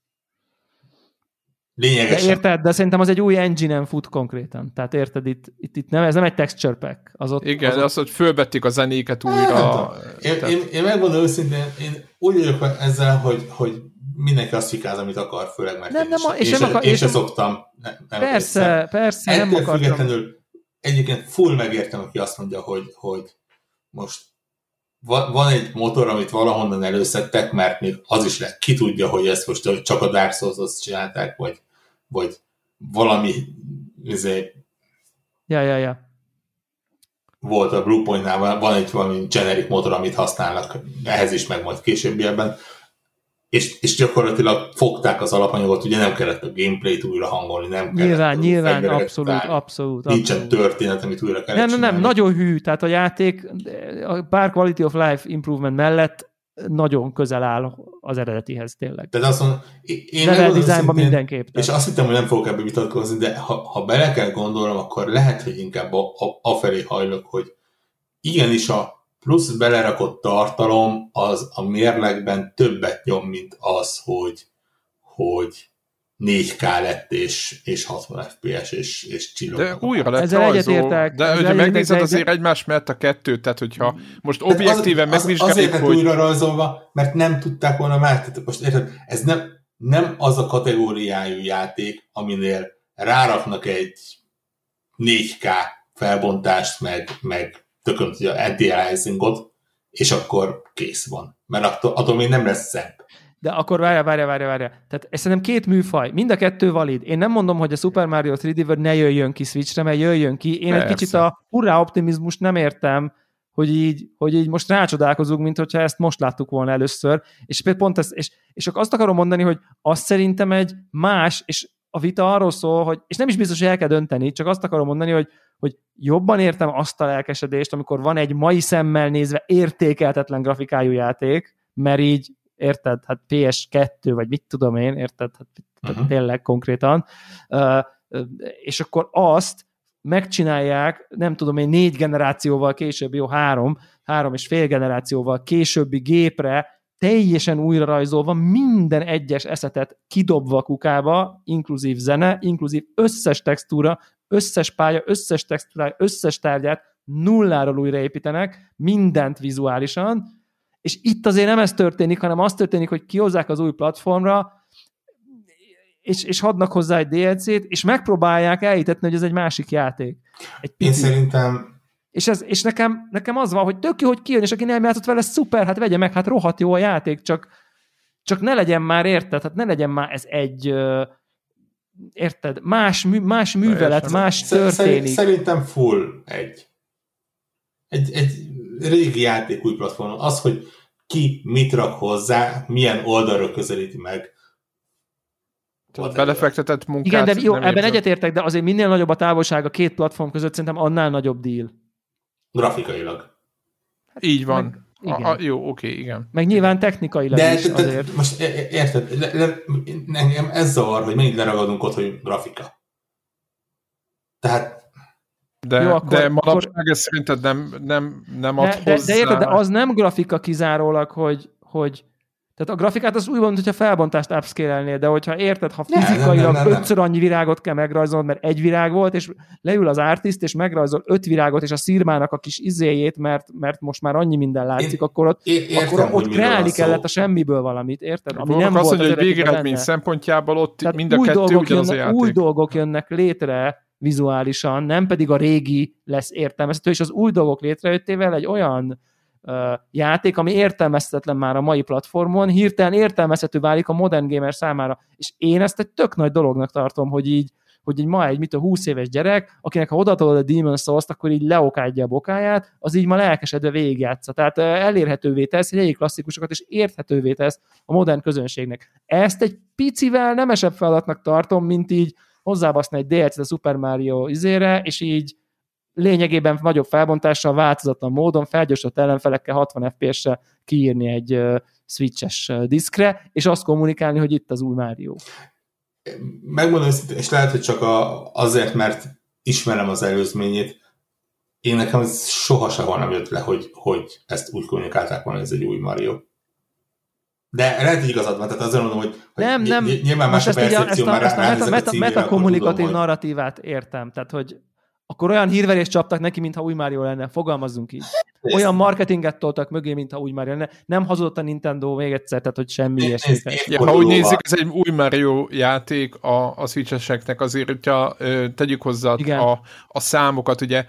Lényegesen. De érted, de szerintem az egy új engine-en fut konkrétan. Tehát érted, itt nem, ez nem egy texture pack. Igen, az, hogy fölvették a zenéket újra. Én megmondom őszintén, én úgy vagyok ezzel, hogy mindenki azt fikáz, amit akar, főleg mert én sem szoktam. Persze, nem akartam. Függetlenül egyébként full megértem, aki azt mondja, hogy most van egy motor, amit valahonnan előszedtek, mert még az is lehet, ki tudja, hogy ezt most csak a Dark Souls-ot csinálták, vagy valami Ja. Volt a Bluepoint-nál, van egy valami generic motor, amit használnak, ehhez is meg majd későbbiekben, és gyakorlatilag fogták az alapanyagot, ugye nem kellett a gameplayt újra hangolni, nem kellett. Nyilván, abszolút. Nincsen történet, amit újra kellett csinálni. Nem, nagyon hű, tehát a játék bár Quality of Life Improvement mellett nagyon közel áll az eredetihez tényleg. Tehát azt mondom, én level designban mindenképp. És azt hittem, hogy nem fogok ebbe vitatkozni, de ha bele kell gondolnom, akkor lehet, hogy inkább afelé hajlok, hogy igenis a plusz belerakott tartalom az a mérlegben többet nyom, mint az, hogy 4K lett, és 60 FPS, és csillognak. De újra lett rajzol. De hogyha megnézed azért egymás mellett a kettőt, tehát hogyha most objektíven megvizsgáljuk, azért lett újra rajzolva, mert nem tudták volna már. Tehát most érted, ez nem az a kategóriájú játék, aminél ráraknak egy 4K felbontást, meg tökönt a anti-aliasingot, és akkor kész van. Mert attól még nem lesz szebb. De akkor várjál. Tehát ez szerintem két műfaj. Mind a kettő valid. Én nem mondom, hogy a Super Mario 3D World ne jöjjön ki Switchre, mert jöjjön ki. Én egy kicsit a hurrá optimizmust nem értem, hogy így most rácsodálkozunk, mint hogyha ezt most láttuk volna először. És pont ezt, és akkor azt akarom mondani, hogy azt szerintem egy más, és a vita arról szól, hogy, és nem is biztos, hogy el kell dönteni, csak azt akarom mondani, hogy jobban értem azt a lelkesedést, amikor van egy mai szemmel nézve értékeltetlen grafikájú játék, mert így érted, hát PS2, vagy mit tudom én, érted, hát tényleg konkrétan, és akkor azt megcsinálják, nem tudom én, 4 generációval később, jó, 3 és fél generációval későbbi gépre teljesen újra rajzolva, minden egyes eszetet kidobva a kukába, inkluzív zene, inkluzív összes textúra, összes pálya, összes textúra, összes tárgyát nulláról újraépítenek, mindent vizuálisan, és itt azért nem ez történik, hanem az történik, hogy kihozzák az új platformra, és adnak hozzá egy DLC-t, és megpróbálják elhitetni, hogy ez egy másik játék. Én szerintem... És nekem az van, hogy tök jó, hogy kijön, és aki nem játszott vele, szuper, hát vegye meg, hát rohadt jó a játék, csak ne legyen már, érted? Hát ne legyen már ez egy... érted? Más művelet, más történik. Szerintem full egy régi játék új platformon. Az, hogy ki mit rak hozzá, milyen oldalra közelíti meg. Belefektetett munkát. Igen, de jó, ebben egyetértek, de azért minél nagyobb a távolság a két platform között, szerintem annál nagyobb deal. Grafikailag. Hát, így van. Jó, oké, igen. Meg nyilván technikailag de is azért. Most érted, engem ez zavar, hogy mennyit leragadunk ott, hogy grafika. Tehát de manapság ez szerinted nem ad hozzá. De érted, de az nem grafika kizárólag, hogy tehát a grafikát az úgy van, hogyha felbontást upscale-elnél, de hogyha érted, ha fizikailag 5-ször annyi virágot kell megrajzolnod, mert egy virág volt, és leül az artist, és megrajzol 5 virágot, és a szírmának a kis izéjét, mert most már annyi minden látszik, akkor ott kreálni kellett a semmiből valamit, érted? Ami nem volt hogy végeredmény szempontjából ott tehát mind a kettő ugyanaz a játék. Új dolgok jönnek létre vizuálisan, nem pedig a régi lesz értelmezhető, és az új dolgok létrejöttével egy olyan játék, ami értelmezhetetlen már a mai platformon, hirtelen értelmezhető válik a modern gamer számára. És én ezt egy tök nagy dolognak tartom, hogy így ma egy 20 éves gyerek, akinek ha odatolod a Demon's Souls-t, akkor így leokádja a bokáját, az így ma lelkesedve végigjátsza. Tehát elérhetővé tesz egy klasszikusokat, és érthetővé tesz a modern közönségnek. Ezt egy picivel nemesebb feladatnak tartom, mint így hozzábaszni egy DLC-t a Super Mario izére, és így lényegében nagyobb felbontással, változatlan módon, felgyorsított ellenfelekkel 60 FPS-sel kiírni egy switches diszkre, és azt kommunikálni, hogy itt az új Mario. Megmondom őszintén, és lehet, hogy csak azért, mert ismerem az előzményét, én nekem ez sohasem nem jött le, hogy ezt úgy kommunikálták volna, ez egy új Mario. De lehet, hogy igazad van, tehát azért mondom, hogy nem. Nyilván más a percepció, már ezt a metakommunikatív narratívát értem, tehát hogy akkor olyan hírverést csaptak neki, mintha új Mario lenne. Fogalmazzunk így. Olyan marketinget toltak mögé, mintha új Mario lenne. Nem hazudott a Nintendo még egyszer, tehát hogy semmi ilyesmi. Ha úgy nézzük, ez egy új Mario játék a Switch-eseknek, azért, hogyha tegyük hozzá a számokat, ugye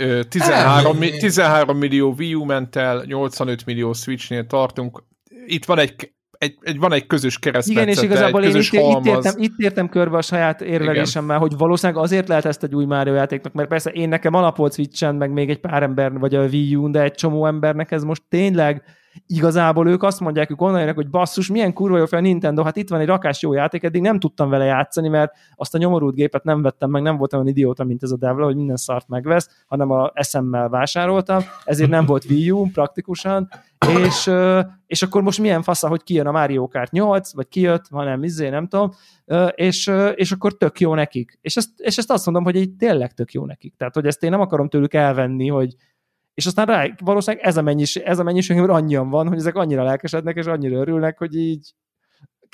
13 millió Wii U ment el, 85 millió Switch-nél tartunk. Itt van egy közös keresztmetszete, igen, és igazából én itt értem körbe a saját érvelésemmel, hogy valószínűleg azért lehet ezt egy új Mario játéknak, mert persze én nekem alapolt Switchen, meg még egy pár ember, vagy a Wii U-n, de egy csomó embernek ez most tényleg igazából ők azt mondják, ők onnan jönnek, hogy basszus, milyen kurva jó fel a Nintendo, hát itt van egy rakás jó játék, eddig nem tudtam vele játszani, mert azt a nyomorult gépet nem vettem meg, nem voltam olyan idióta, mint ez a Devla, hogy minden szart megvesz, hanem a eszemmel vásároltam, ezért nem volt Wii U praktikusan, és akkor most milyen fasza, hogy kijön a Mario Kart 8, vagy kijött, hanem nem tudom, és akkor tök jó nekik. És ezt azt mondom, hogy így tényleg tök jó nekik. Tehát, hogy ezt én nem akarom tőlük elvenni, hogy és aztán rá, valószínűleg ez a mennyiség annyian van, hogy ezek annyira lelkesednek, és annyira örülnek, hogy így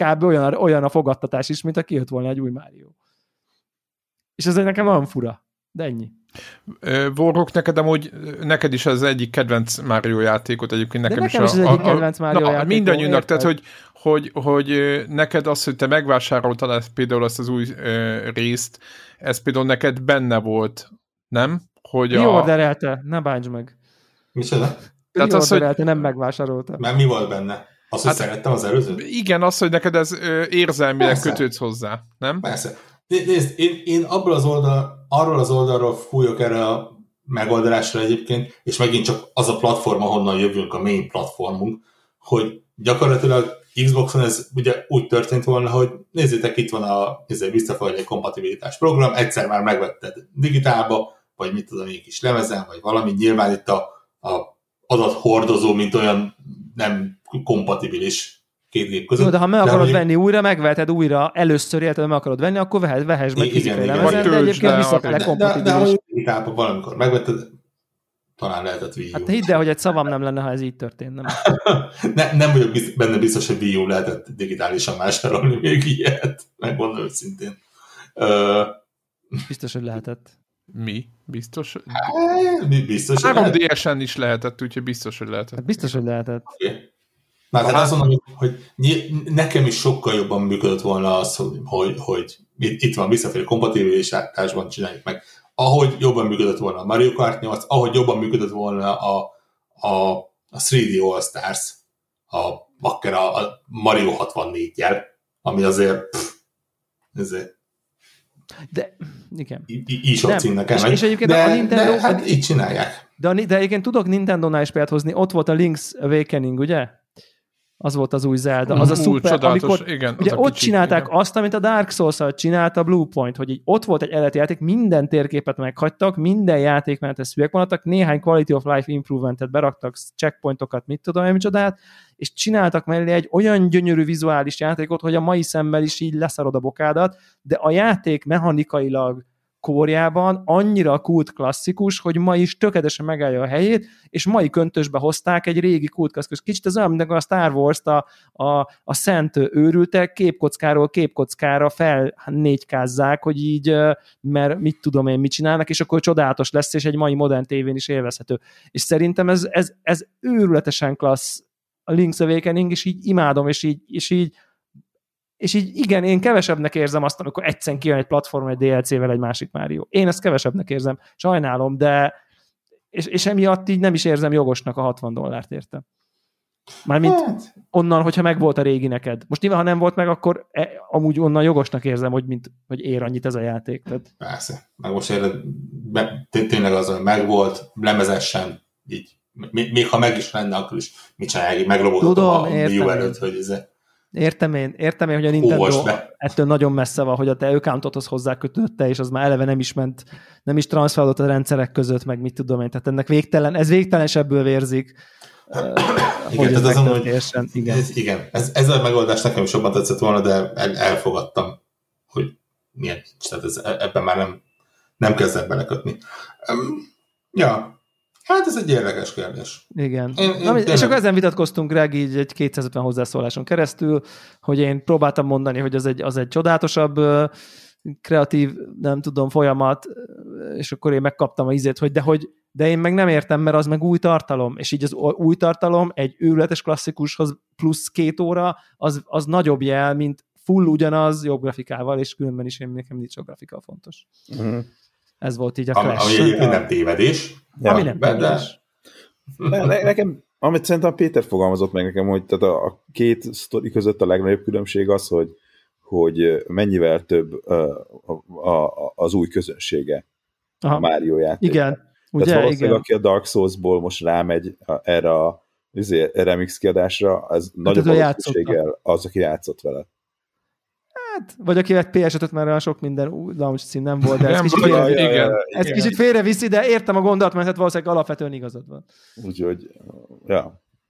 kb. Olyan a fogadtatás is, mint ha kijött volna egy új Mario. És ez nekem nagyon fura, de ennyi. Vorok, neked is az egyik kedvenc Mario játékot, egyébként nekem is az egyik kedvenc Mario játékot. Mindannyiunknak, tehát hogy neked az, hogy te megvásároltad például azt az új részt, ez például neked benne volt, nem? Hogy orderelte, ne bánts meg. Micsoda? Tehát az, hogy nem megvásárolta. Mert mi volt benne? Azt, hogy szerettem az előzőt? Igen, az, hogy neked ez érzelmileg kötődsz hozzá, nem? Persze. Nézd, én arról az oldalról fújok erre a megoldásra egyébként, és megint csak az a platform, ahonnan jövünk, a main platformunk, hogy gyakorlatilag Xboxon ez ugye úgy történt volna, hogy nézzétek, itt van a visszafelé kompatibilitás program, egyszer már megvetted digitálba, vagy mit tudom, egy kis lemezen, vagy valami, nyilván itt a adathordozó, mint olyan nem kompatibilis két gép között. Jó, de ha meg akarod venni újra, megveheted újra, először életed meg akarod venni, akkor vehess meg fizikai lemezen, de egyébként visszafele kompatibilis. De digitálba valamikor megvetted, talán lehetett Wii U. Hát hidd el, hogy egy szavam nem lenne, ha ez így történt. Nem vagyok benne biztos, hogy Wii U lehetett digitálisan vásárolni még ilyet, megmondom őszintén. Biztos, hogy lehetett. Mi? Biztos? Biztos, hogy 3DS-en is lehetett, úgyhogy biztos, hogy lehetett. Hát biztos, hogy lehetett. Okay. Már hát azt mondom, hogy nekem is sokkal jobban működött volna az, hogy itt van visszafelé kompatibilitásban csináljuk meg. Ahogy jobban működött volna a Mario Kart 8, ahogy jobban működött volna a 3D All Stars, akár a Mario 64-jel, ami azért de, igen. E-shop címnek kell és egyébként a Nintendo... hát így csinálják. De egyébként tudok Nintendo-nál is példát hozni, ott volt a Link's Awakening, ugye? Az volt az új Zelda. Az a szuper, amikor igen, ugye ott csinálták azt, amit a Dark Souls-al csinált a Bluepoint, hogy így ott volt egy eredeti játék, minden térképet meghagytak, minden játékmenetet szüveg vonattak, néhány quality of life improvement-et beraktak, checkpointokat, mit tudom én micsodát, és csináltak mellé egy olyan gyönyörű vizuális játékot, hogy a mai szemmel is így leszarod a bokádat, de a játék mechanikailag kórjában annyira kult klasszikus, hogy ma is tökéletesen megállja a helyét, és mai köntösbe hozták egy régi kult klasszikus. Kicsit az olyan, mint a Star Wars-t a szent őrültek képkockáról képkockára fel 4K-zzák, hogy így, mert mit tudom én, mit csinálnak, és akkor csodálatos lesz, és egy mai modern tévén is élvezhető. És szerintem ez őrületesen klassz a Link's Awakening, és így imádom, és így igen, én kevesebbnek érzem azt, amikor egyszerűen kijön egy platform, egy DLC-vel egy másik Mario. Én ezt kevesebbnek érzem. Sajnálom, de és emiatt így nem is érzem jogosnak a $60 érte. Mármint onnan, hogyha meg volt a régi neked. Most nyilván, ha nem volt meg, akkor amúgy onnan jogosnak érzem, hogy ér annyit ez a játék. Tehát... Persze. Meg most tényleg az, hogy meg volt, lemezesen, így. Még ha meg is lenne, akkor is mit csinálják, meglobogtatom a Wii U előtt, hogy ez... Értem én, hogy a Nintendo ettől nagyon messze van, hogy a te accountodhoz hozzákötötte, és az már eleve nem is transferolott a rendszerek között, meg mit tudom én, tehát ennek ez végtelenesebből vérzik. Igen, tehát azon, hogy igen. Ez a megoldás nekem is jobban tetszett volna, de elfogadtam, hogy milyen, tehát ebben már nem kezdett belekötni. Ja, hát ez egy érdekes kérdés. Igen. És akkor ezen vitatkoztunk, Greg, így egy 250 hozzászóláson keresztül, hogy én próbáltam mondani, hogy az egy csodálatosabb kreatív, nem tudom, folyamat, és akkor én megkaptam a ízét, de én meg nem értem, mert az meg új tartalom, és így az új tartalom egy őrületes klasszikushoz plusz 2 óra, az nagyobb jel, mint full ugyanaz, jobb grafikával, és különben is nekem nincs a grafika fontos. Uh-huh. Ez volt így a Clash. Ami egyébként nem tévedés. Ami nem tévedés. Nekem, amit szerintem Péter fogalmazott meg nekem, hogy tehát a két sztori között a legnagyobb különbség az, hogy mennyivel több az új közönsége a Mario játék. Igen. Ugye, tehát valószínűleg, aki a Dark Souls-ból most rámegy erre a remix kiadásra, az nagyobb valószínűséggel az, aki játszott vele. Hát, vagy aki vett PS5-öt, mert olyan sok minden launch cím nem volt, de ez kicsit félreviszi, de értem a gondolat, mert valószínűleg alapvetően igazad van. Úgyhogy, ja.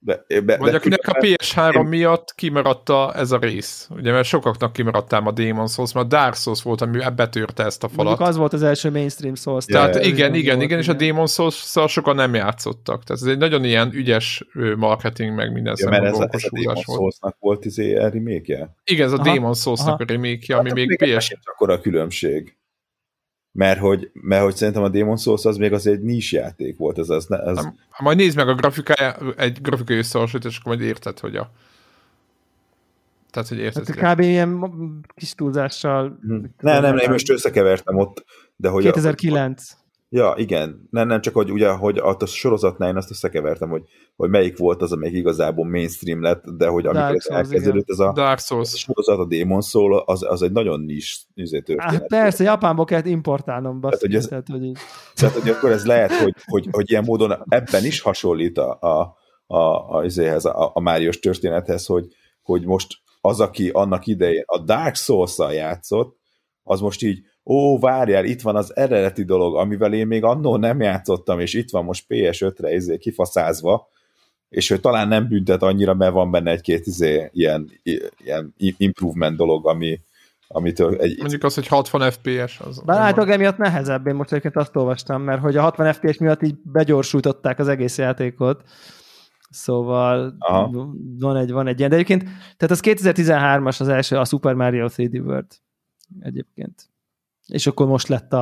Vagy akinek a PS3 miatt kimaradt ez a rész. Ugye, mert sokaknak kimaradt a Demon's Souls, mert Dark Souls volt, ami betörte ezt a falat. Mondjuk az volt az első mainstream Souls. Tehát igen, és a Demon's Souls-szal sokan nem játszottak. Tehát ez egy nagyon ilyen ügyes marketing, meg minden szemben ez a Demon's Souls-nak volt remake-je? Igen, ez a Demon's Souls-nak a remake-je, ami még PS... Akkor a különbség. Mert hogy szerintem a Demon's Souls az még az egy niche játék volt. Ez... Majd nézd meg a grafikája, egy grafikai összehasonlítás, és akkor majd érted, hogy Tehát, hogy érted. Hát kb. Ilyen kis túlzással... Nem, most összekevertem ott, de hogy... 2009. Ja, igen. Nem csak, hogy ugye, hogy a sorozatnál én azt összekevertem, hogy melyik volt az, amelyik igazából mainstream lett, de hogy amikor ez elkezdődött, ez a sorozat, a Demon's Souls, az egy nagyon niche történet. Persze, Japánból kellett importálnom. Tehát, hogy akkor ez lehet, hogy ilyen módon ebben is hasonlít a Máriós történethez, hogy most az, aki annak idején a Dark Souls-szal játszott, az most így várjál, itt van az eredeti dolog, amivel én még annól nem játszottam, és itt van most PS5-re kifaszázva, és hogy talán nem büntet annyira, mert van benne egy-két ilyen improvement dolog, amitől mondjuk az, hogy 60 FPS. Bár állítólag emiatt nehezebb, én most egyébként azt olvastam, mert hogy a 60 FPS miatt így begyorsították az egész játékot. Szóval van egy ilyen. De egyébként, tehát az 2013-as az első, a Super Mario 3D World egyébként. És akkor most lett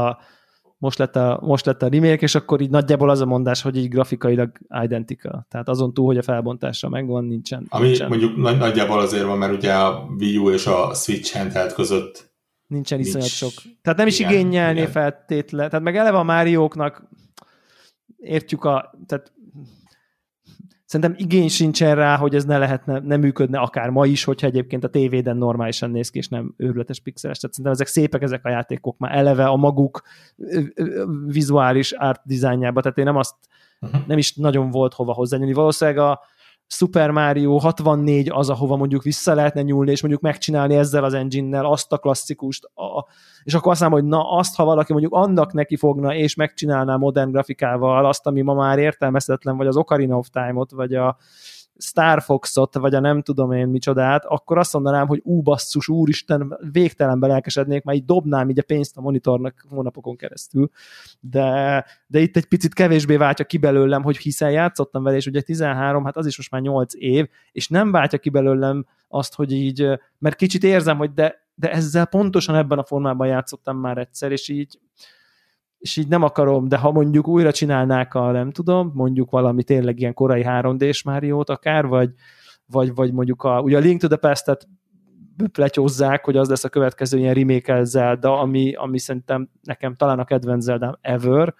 a remake, és akkor így nagyjából az a mondás, hogy így grafikailag identical. Tehát azon túl, hogy a felbontásra megvan, nincsen. Mondjuk nagyjából azért van, mert ugye a Wii U és a Switch handheld között nincsen iszonyat sok. Tehát nem is igényelné feltétlen. Tehát meg eleve a Márióknak értjük tehát szerintem igény sincsen rá, hogy ez ne működne akár ma is, hogyha egyébként a tévéden normálisan néz ki, és nem őrületes pixeles. Tehát szerintem ezek szépek, ezek a játékok már eleve a maguk vizuális art dizájnjába, tehát én nem is nagyon volt hova hozzányúlni. Valószínűleg a Super Mario 64 az, ahova mondjuk vissza lehetne nyúlni, és mondjuk megcsinálni ezzel az engine-nel azt a klasszikust, és akkor azt mondom, hogy azt, ha valaki mondjuk annak neki fogna, és megcsinálná modern grafikával azt, ami ma már értelmezhetetlen, vagy az Ocarina of Time-ot, vagy a Star Fox-ot, vagy a nem tudom én micsodát, akkor azt mondanám, hogy basszus, úristen, végtelenben lelkesednék, már így dobnám így a pénzt a monitornak hónapokon keresztül, de itt egy picit kevésbé váltja ki belőlem, hogy hiszen játszottam vele, és ugye 13, hát az is most már 8 év, és nem váltja ki belőlem azt, hogy így, mert kicsit érzem, hogy de ezzel pontosan ebben a formában játszottam már egyszer, és így nem akarom, de ha mondjuk újra csinálnák nem tudom, mondjuk valami tényleg ilyen korai 3D-s Máriót akár, vagy mondjuk ugye a Link to the Past-et pletyózzák, hogy az lesz a következő ilyen remake-el Zelda, ami szerintem nekem talán a kedvenc Zeldám ever,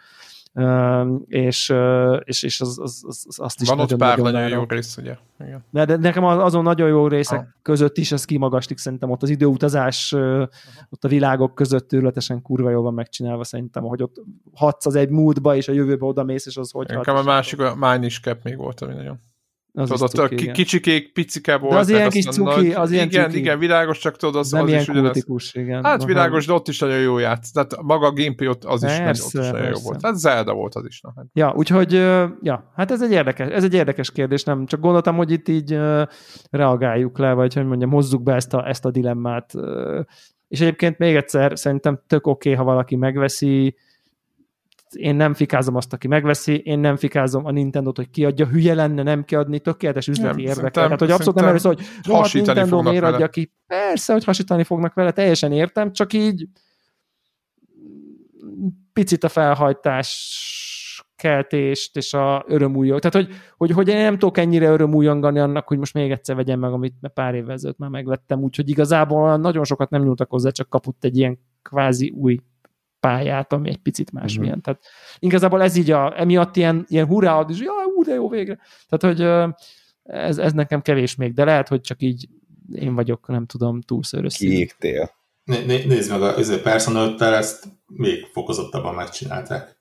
és azt is van ott pár nagyon jó rész, ugye? Igen. De nekem azon nagyon jó részek között is ez kimagaslik, szerintem ott az időutazás, ott a világok között őrületesen kurva jól van megcsinálva, szerintem, hogy ott hatsz az egy múltba, és a jövőbe oda mész, és az hogy nekem a másik, a Mine Cap még volt, ami nagyon... Az ott cuki, a kicsikék, picike volt. De az ilyen kis cuki, az ilyen cuki. Igen, világos, csak tudod, az is ugyanaz. Igen. Hát világos, de ott is nagyon jó játsz. Tehát maga a gameplay ott az is nagyon jó volt. Hát Zelda volt az is. Hát. Ja, úgyhogy, hát ez egy érdekes kérdés, nem csak gondoltam, hogy itt így reagáljuk le, vagy hogy mondjam, hozzuk be ezt a dilemmát. És egyébként még egyszer, szerintem tök oké, ha valaki megveszi. Én nem fikázom azt, aki megveszi, én nem fikázom a Nintendót, hogy kiadja, hülye lenne nem kiadni, tökéletes üzleti érdekel. Tehát, hogy abszolút nem először, hogy rohadt Nintendo miért adja ki. Persze, hogy hasítani fognak vele, teljesen értem, csak így picit a felhajtás keltést és a örömújjog. Tehát, hogy én nem tudok ennyire örömújjongani annak, hogy most még egyszer vegyem meg, amit pár évvel ezelőtt már megvettem, úgyhogy igazából nagyon sokat nem nyúltak hozzá, csak kapott egy ilyen kvázi új pályát, ami egy picit másmilyen. Tehát igazából ez így emiatt ilyen hurrá ad, és de jó végre. Tehát, hogy ez nekem kevés még, de lehet, hogy csak így én vagyok, nem tudom, túl szőrösszínű. Kiégtél. Nézd meg, a Persona 5-tel ezt még fokozottabban megcsinálták.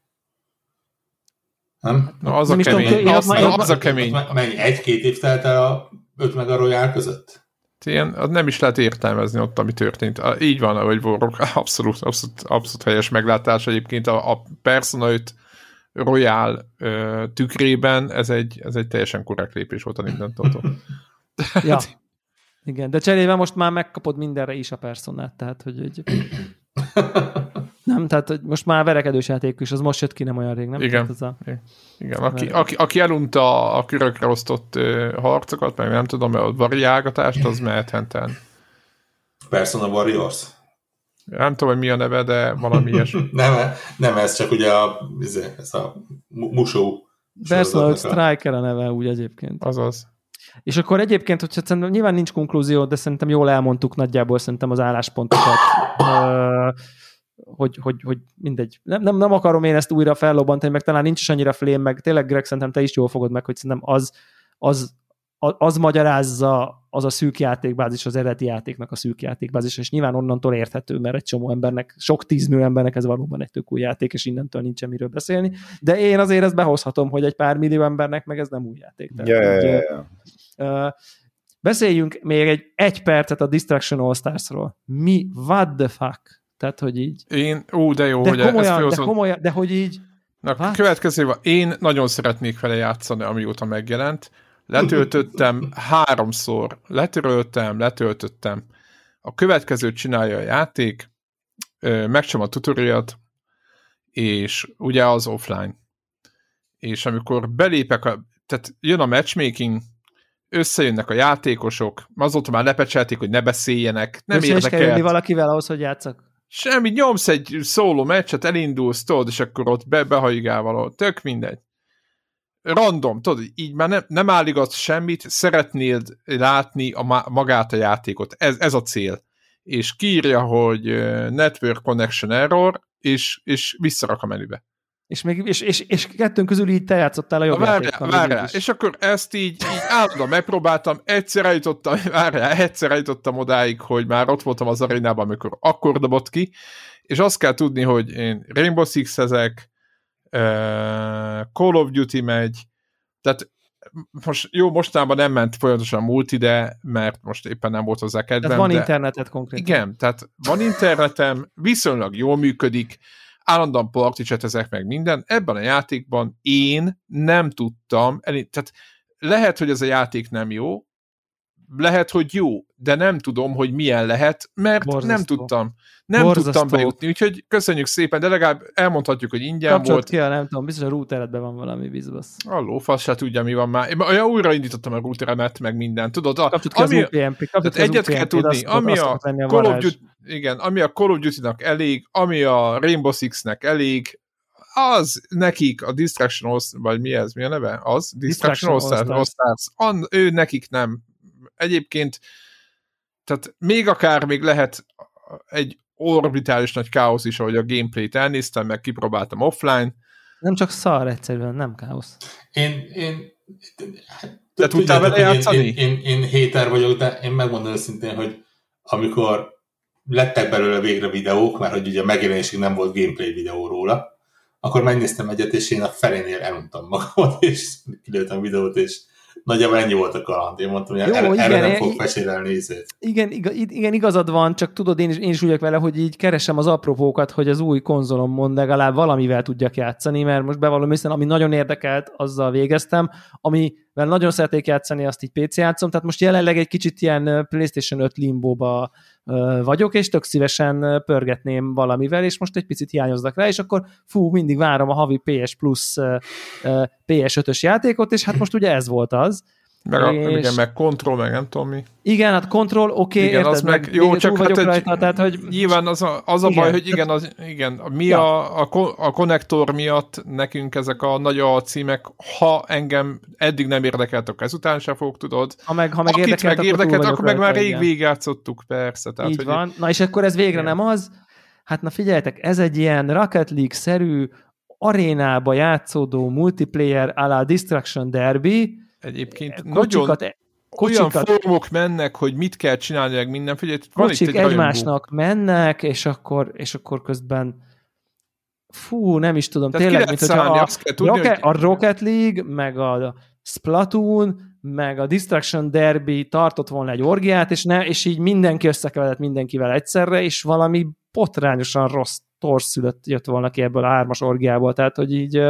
Nem? Na, az a kemény. Az a kemény. Mennyi? 1-2 év telt el a 5 meg a Royal között? Ilyen, nem is lehet értelmezni ott, ami történt. Így van, ahogy Vorok, abszolút helyes meglátás egyébként. A Persona 5 Royale tükrében ez egy teljesen korrekt lépés volt a Nintendo-tól. Ja. Igen, de cserébe most már megkapod mindenre is a personát, tehát hogy nem, tehát hogy most már verekedős játék is, az most jött ki nem olyan rég, nem? Igen, igen. Aki elunta a körökre osztott harcokat, meg nem tudom, a variálgatást, az mehet henten. Persona Warriors? Nem tudom, hogy mi a neve, de valami ilyesmi. nem ez, csak ugye ez a Musou. Persona Striker a neve úgy egyébként. Azaz. És akkor egyébként, hogyha szerintem nyilván nincs konklúzió, de szerintem jól elmondtuk nagyjából szerintem az álláspontokat, hogy mindegy. Nem akarom én ezt újra fellobbantani, meg talán nincs is annyira flame, meg tényleg Greg, szerintem te is jól fogod meg, hogy szerintem az magyarázza az a szűk játékbázis, az eredeti játéknak a szűk játékbázis, és nyilván onnantól érthető, mert egy csomó embernek, sok 10 millió embernek ez valóban egy tök új játék, és innentől nincsen miről beszélni, de én azért ezt behozhatom, hogy egy pár millió embernek meg ez nem új játék. Beszéljünk még egy percet a Destruction All Stars-ról. Mi? What the fuck? Tehát, hogy így... De jó, de hogy komolyan, ezt komolyan, de hogy így... Na, következővel én nagyon szeretnék vele játszani, amióta megjelent. Letöltöttem 3-szor, letöltöttem. A következőt csinálja a játék, megcsom a tutorialt, és ugye az offline. És amikor belépek, tehát jön a matchmaking, összejönnek a játékosok, azóta már lepecselték, hogy ne beszéljenek, nem érdekelt. És kell jönni valakivel ahhoz, hogy játszak? Semmi, nyomsz egy szóló meccset, elindulsz, tudod, és akkor ott behajigál valahol, tök mindegy. Random, tudod, így már nem álligatsz semmit, szeretnéd látni magát a játékot. Ez a cél. És kiírja, hogy Network Connection Error, és visszarak a menübe. És kettőnk közül így te játszottál a jobb játékkal. Várjál, és akkor ezt így állandóan megpróbáltam, egyszer eljutottam odáig, hogy már ott voltam az arénában, amikor akkor dobott ki, és azt kell tudni, hogy én Rainbow Six-ezek, Call of Duty megy, tehát mostanában nem ment folyamatosan multi, de mert most éppen nem volt hozzá kedvem. Tehát van interneted konkrétan. Igen, tehát van internetem, viszonylag jól működik, állandóan party chatezek meg minden. Ebben a játékban én nem tudtam, tehát lehet, hogy ez a játék nem jó, lehet, hogy jó, de nem tudom, hogy milyen lehet, mert borzasztó. nem tudtam bejutni, úgyhogy köszönjük szépen, de legalább elmondhatjuk, hogy ingyen kapcsolat volt. Kapcsolat ki, nem tudom, biztos a routeredben van valami bizbasz. A lófasz se tudja, mi van már. Újraindítottam a routeremet, meg minden, tudod? Kapcsolat ki az UPnP, egyet kell tudni, ami a Call of Duty-nak elég, ami a Rainbow Six-nek elég, az nekik a Destruction All-Stars, vagy mi ez, mi a neve? Az? Destruction All-Stars. Ő nekik nem. Egyébként, tehát még lehet egy orbitális nagy káosz is, ahogy a gameplayt elnéztem, meg kipróbáltam offline. Nem csak szar egyszerűen, nem káosz. De tudtál vele játszani? Én hater vagyok, de én megmondom őszintén, hogy amikor lettek belőle végre videók, mert hogy ugye a megjelenésig nem volt gameplay videó róla, akkor megnéztem egyet, és én a felénél eluntam magamat, és kilőttem videót, és nagyjából ennyi volt a kaland. Én mondtam, hogy erre nem fog fesérelni ízét. Igen, igazad van, csak tudod, én is úgy vagyok vele, hogy így keresem az apropókat, hogy az új konzolomon legalább valamivel tudjak játszani, mert most bevallom, hiszen ami nagyon érdekelt, azzal végeztem, amivel nagyon szeretnék játszani, azt így PC játszom, tehát most jelenleg egy kicsit ilyen PlayStation 5 limbóba vagyok, és tök szívesen pörgetném valamivel, és most egy picit hiányoznak rá, és akkor mindig várom a havi PS Plus PS5-ös játékot, és hát most ugye ez volt az. Igen, meg Control, meg nem tudom mi. Igen, hát Control, oké, érted, az meg jó, csak hát rajta, tehát, hogy... Nyilván az a baj, hogy mi a konnektor miatt nekünk ezek a nagy alcímek, ha engem eddig nem érdekeltek, ezután sem fogok, tudod. Ha meg érdekelt, akkor meg már rég végigjátszottuk, persze. Tehát, így van. Na és akkor ez végre nem az. Hát na figyeljetek, ez egy ilyen Rocket League-szerű arénába játszódó multiplayer à la Destruction Derby. Egyébként nagyon olyan formok mennek, hogy mit kell csinálni, meg minden. Figyelj, kocsik egymásnak mennek, és akkor közben nem is tudom, tehát tényleg, mint hogyha a Rocket League, meg a Splatoon, meg a Destruction Derby tartott volna egy orgiát, és így mindenki összekeveredett mindenkivel egyszerre, és valami botrányosan rossz torz jött volna ki ebből a 3-as orgiából, tehát hogy így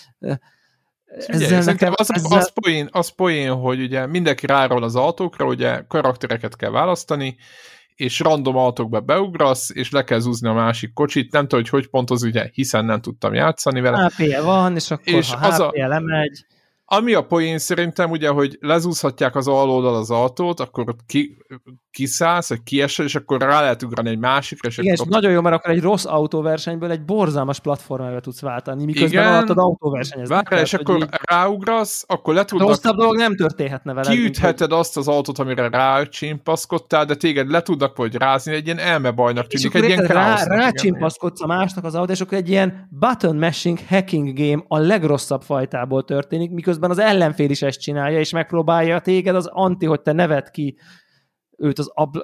ezzel nekem... Az poén, hogy ugye mindenki ráról az autókra, ugye karaktereket kell választani, és random autókba beugrasz, és le kell zúzni a másik kocsit, nem tudom, hogy pontoz, ugye, hiszen nem tudtam játszani vele. HP-je van, és akkor és ha HP-je lemegy... Ami a poén szerintem, ugye, hogy lezúzhatják az alóldal az autót, akkor ott kiszállsz, vagy kiesel, és akkor rá lehet ugrani egy másikra. És igen, és nagyon jó, mert akkor egy rossz autóversenyből egy borzalmas platformra tudsz váltani, miközben alattad autóversenyezni. Várj, és akkor így... ráugrasz, akkor le tudnak... Rosszabb dolog nem történhetne vele. Kiütheted azt az autót, amire rácsimpaszkodtál, de téged le tudnak vagy rázni, egy ilyen elmebajnak tűnik, egy ilyen káosznak. Rácsimpaszkodsz a másnak az autó, és akkor egy ilyen button mashing hacking game a legrosszabb fajtából történik, miközben az ellenfél is ezt csinálja, és megpróbálja téged az anti, hogy te neved ki őt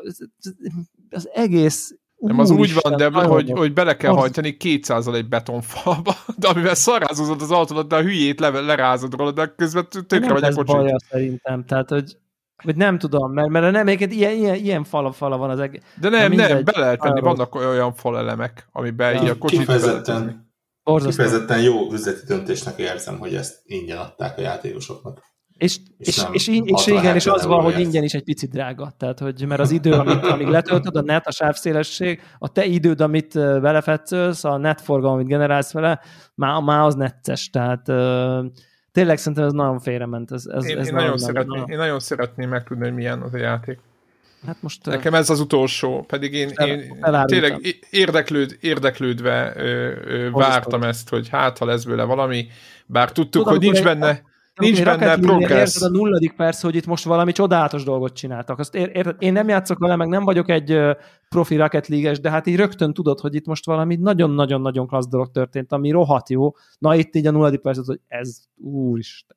az egész... Nem, az úgy van, Debla, hogy bele kell hajtani 200-al betonfalba, de amivel szarrázózod az autódat, de a hülyét lerázod róla, de közben tökre vagy a kocsit. Nem lesz szerintem, tehát, hogy nem tudom, mert nem, ilyen fala van az egész. De nem, be lehet venni, vannak olyan falelemek, amiben így a kocsit... Kifejezetten jó üzleti döntésnek érzem, hogy ezt ingyen adták a játékosoknak. És igen, és az van, hogy ingyen is egy picit drága. Tehát, hogy mert az idő, amíg letöltöd, a net, a sávszélesség, a te időd, amit belefetszölsz, a netforgalom, amit generálsz vele, már az necces. Tehát tényleg szerintem ez nagyon félrement. Én nagyon szeretném megtudni, hogy milyen az a játék. Hát most, nekem ez az utolsó, pedig én tényleg érdeklődve vártam ezt, hogy hát, ha lesz bőle valami, bár tudtuk, hogy nincs benne progress. A 0. perc, hogy itt most valami csodálatos dolgot csináltak. Azt én nem játszok vele, meg nem vagyok egy profi Rocket League-es, de hát így rögtön tudod, hogy itt most valami nagyon-nagyon-nagyon klassz dolog történt, ami rohadt jó. Na itt így a 0. percet, hogy ez úristen.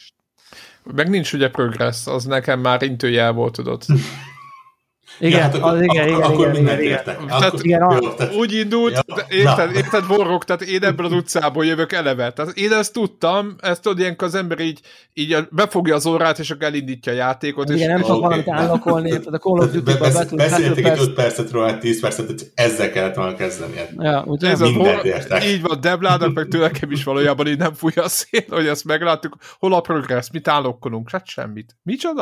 Meg nincs ugye progress, az nekem már intőjel volt, tudod. Igen, akkor mindent értek. Úgy indult, érted Borrok, tehát én ebből az utcából jövök eleve. Tehát én ezt tudtam, ezt tudod, ilyenkor az ember így befogja az órát, és akkor elindítja a játékot. Igen, nem fog valamit állakolni, tehát a Call of Duty-ban beszéltek egy 5 percet róla, 10 percet, hogy ezzel kellett volna kezdeni. Ja, mindent értek. Így van, Deblának, meg tőlekem is valójában így nem fújja a szél, hogy ezt megláttuk. Hol a progress? Mit állokkolunk? Hát semmit. Micsoda?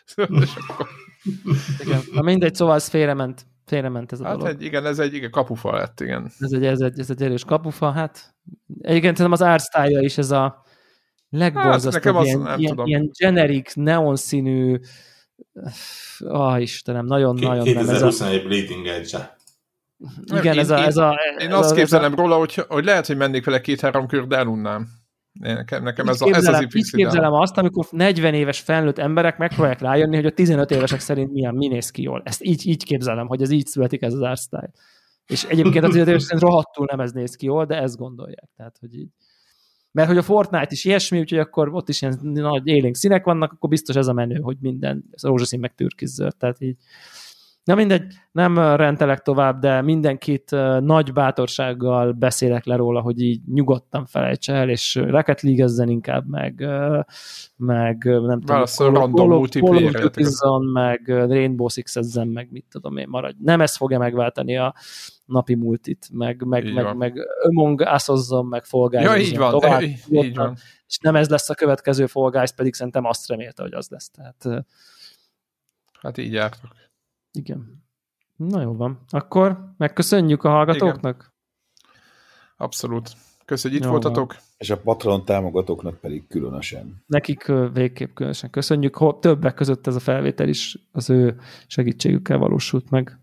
Igen. Na mindegy, szóval ez félrement ez a dolog. Igen, ez egy kapufa lett, igen. Ez egy erős kapufa, hát egyébként szerintem az art style-ja is ez a legborzasztóbb, ilyen generic, neonszínű, Istenem, nagyon-nagyon nem. 2021 Bleeding Edge. Igen, én azt képzelem róla, hogy lehet, hogy mennék vele 2-3 kör, de elunnám. Nekem ez az így képzelem azt, amikor 40 éves felnőtt emberek megpróbálják rájönni, hogy a 15 évesek szerint mi néz ki jól. Ezt így képzelem, hogy ez így születik ez az art style. És egyébként a 15 éves szerint rohadtul nem ez néz ki jól, de ezt gondolják. Tehát, hogy így. Mert hogy a Fortnite is ilyesmi, úgyhogy akkor ott is ilyen nagy élénk színek vannak, akkor biztos ez a menő, hogy minden rózsaszín meg türkiszöld. Tehát így. Na mindegy, nem rendelek tovább, de mindenkit nagy bátorsággal beszélek le róla, hogy így nyugodtan felejts el, és Rocket League-ezzen inkább, meg nem tudom, Call of Duty-zon, meg Rainbow Six-ezzen, meg mit tudom én, maradj. Nem ez fogja megváltani a napi multit, meg Among Us-ozzon, meg Fall Guys-ozzon. Ja, így van, tovább, így van. És nem ez lesz a következő Fall Guys, pedig szerintem azt remélte, hogy az lesz. Tehát, hát így jártok. Igen. Na jó van. Akkor megköszönjük a hallgatóknak? Igen. Abszolút. Köszönjük, itt voltatok. És a Patreon támogatóknak pedig különösen. Nekik végképp különösen köszönjük. Többek között ez a felvétel is az ő segítségükkel valósult meg.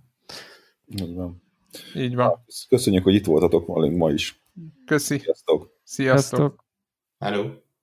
Így van. Köszönjük, hogy itt voltatok velünk ma is. Köszi. Sziasztok. Hello.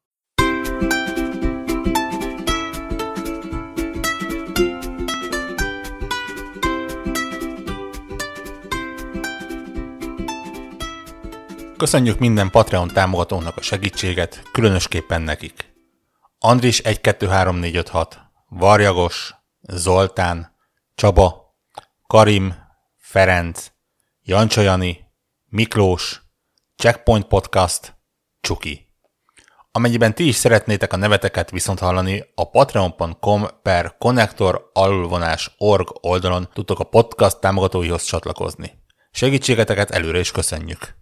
Köszönjük minden Patreon támogatónak a segítséget, különösképpen nekik. Andris 123456, Varjagos, Zoltán, Csaba, Karim, Ferenc, Jancsajani, Miklós, Checkpoint Podcast, Csuki. Amennyiben ti is szeretnétek a neveteket viszont hallani, a patreon.com/connector_org oldalon tudtok a podcast támogatóihoz csatlakozni. Segítségeteket előre is köszönjük.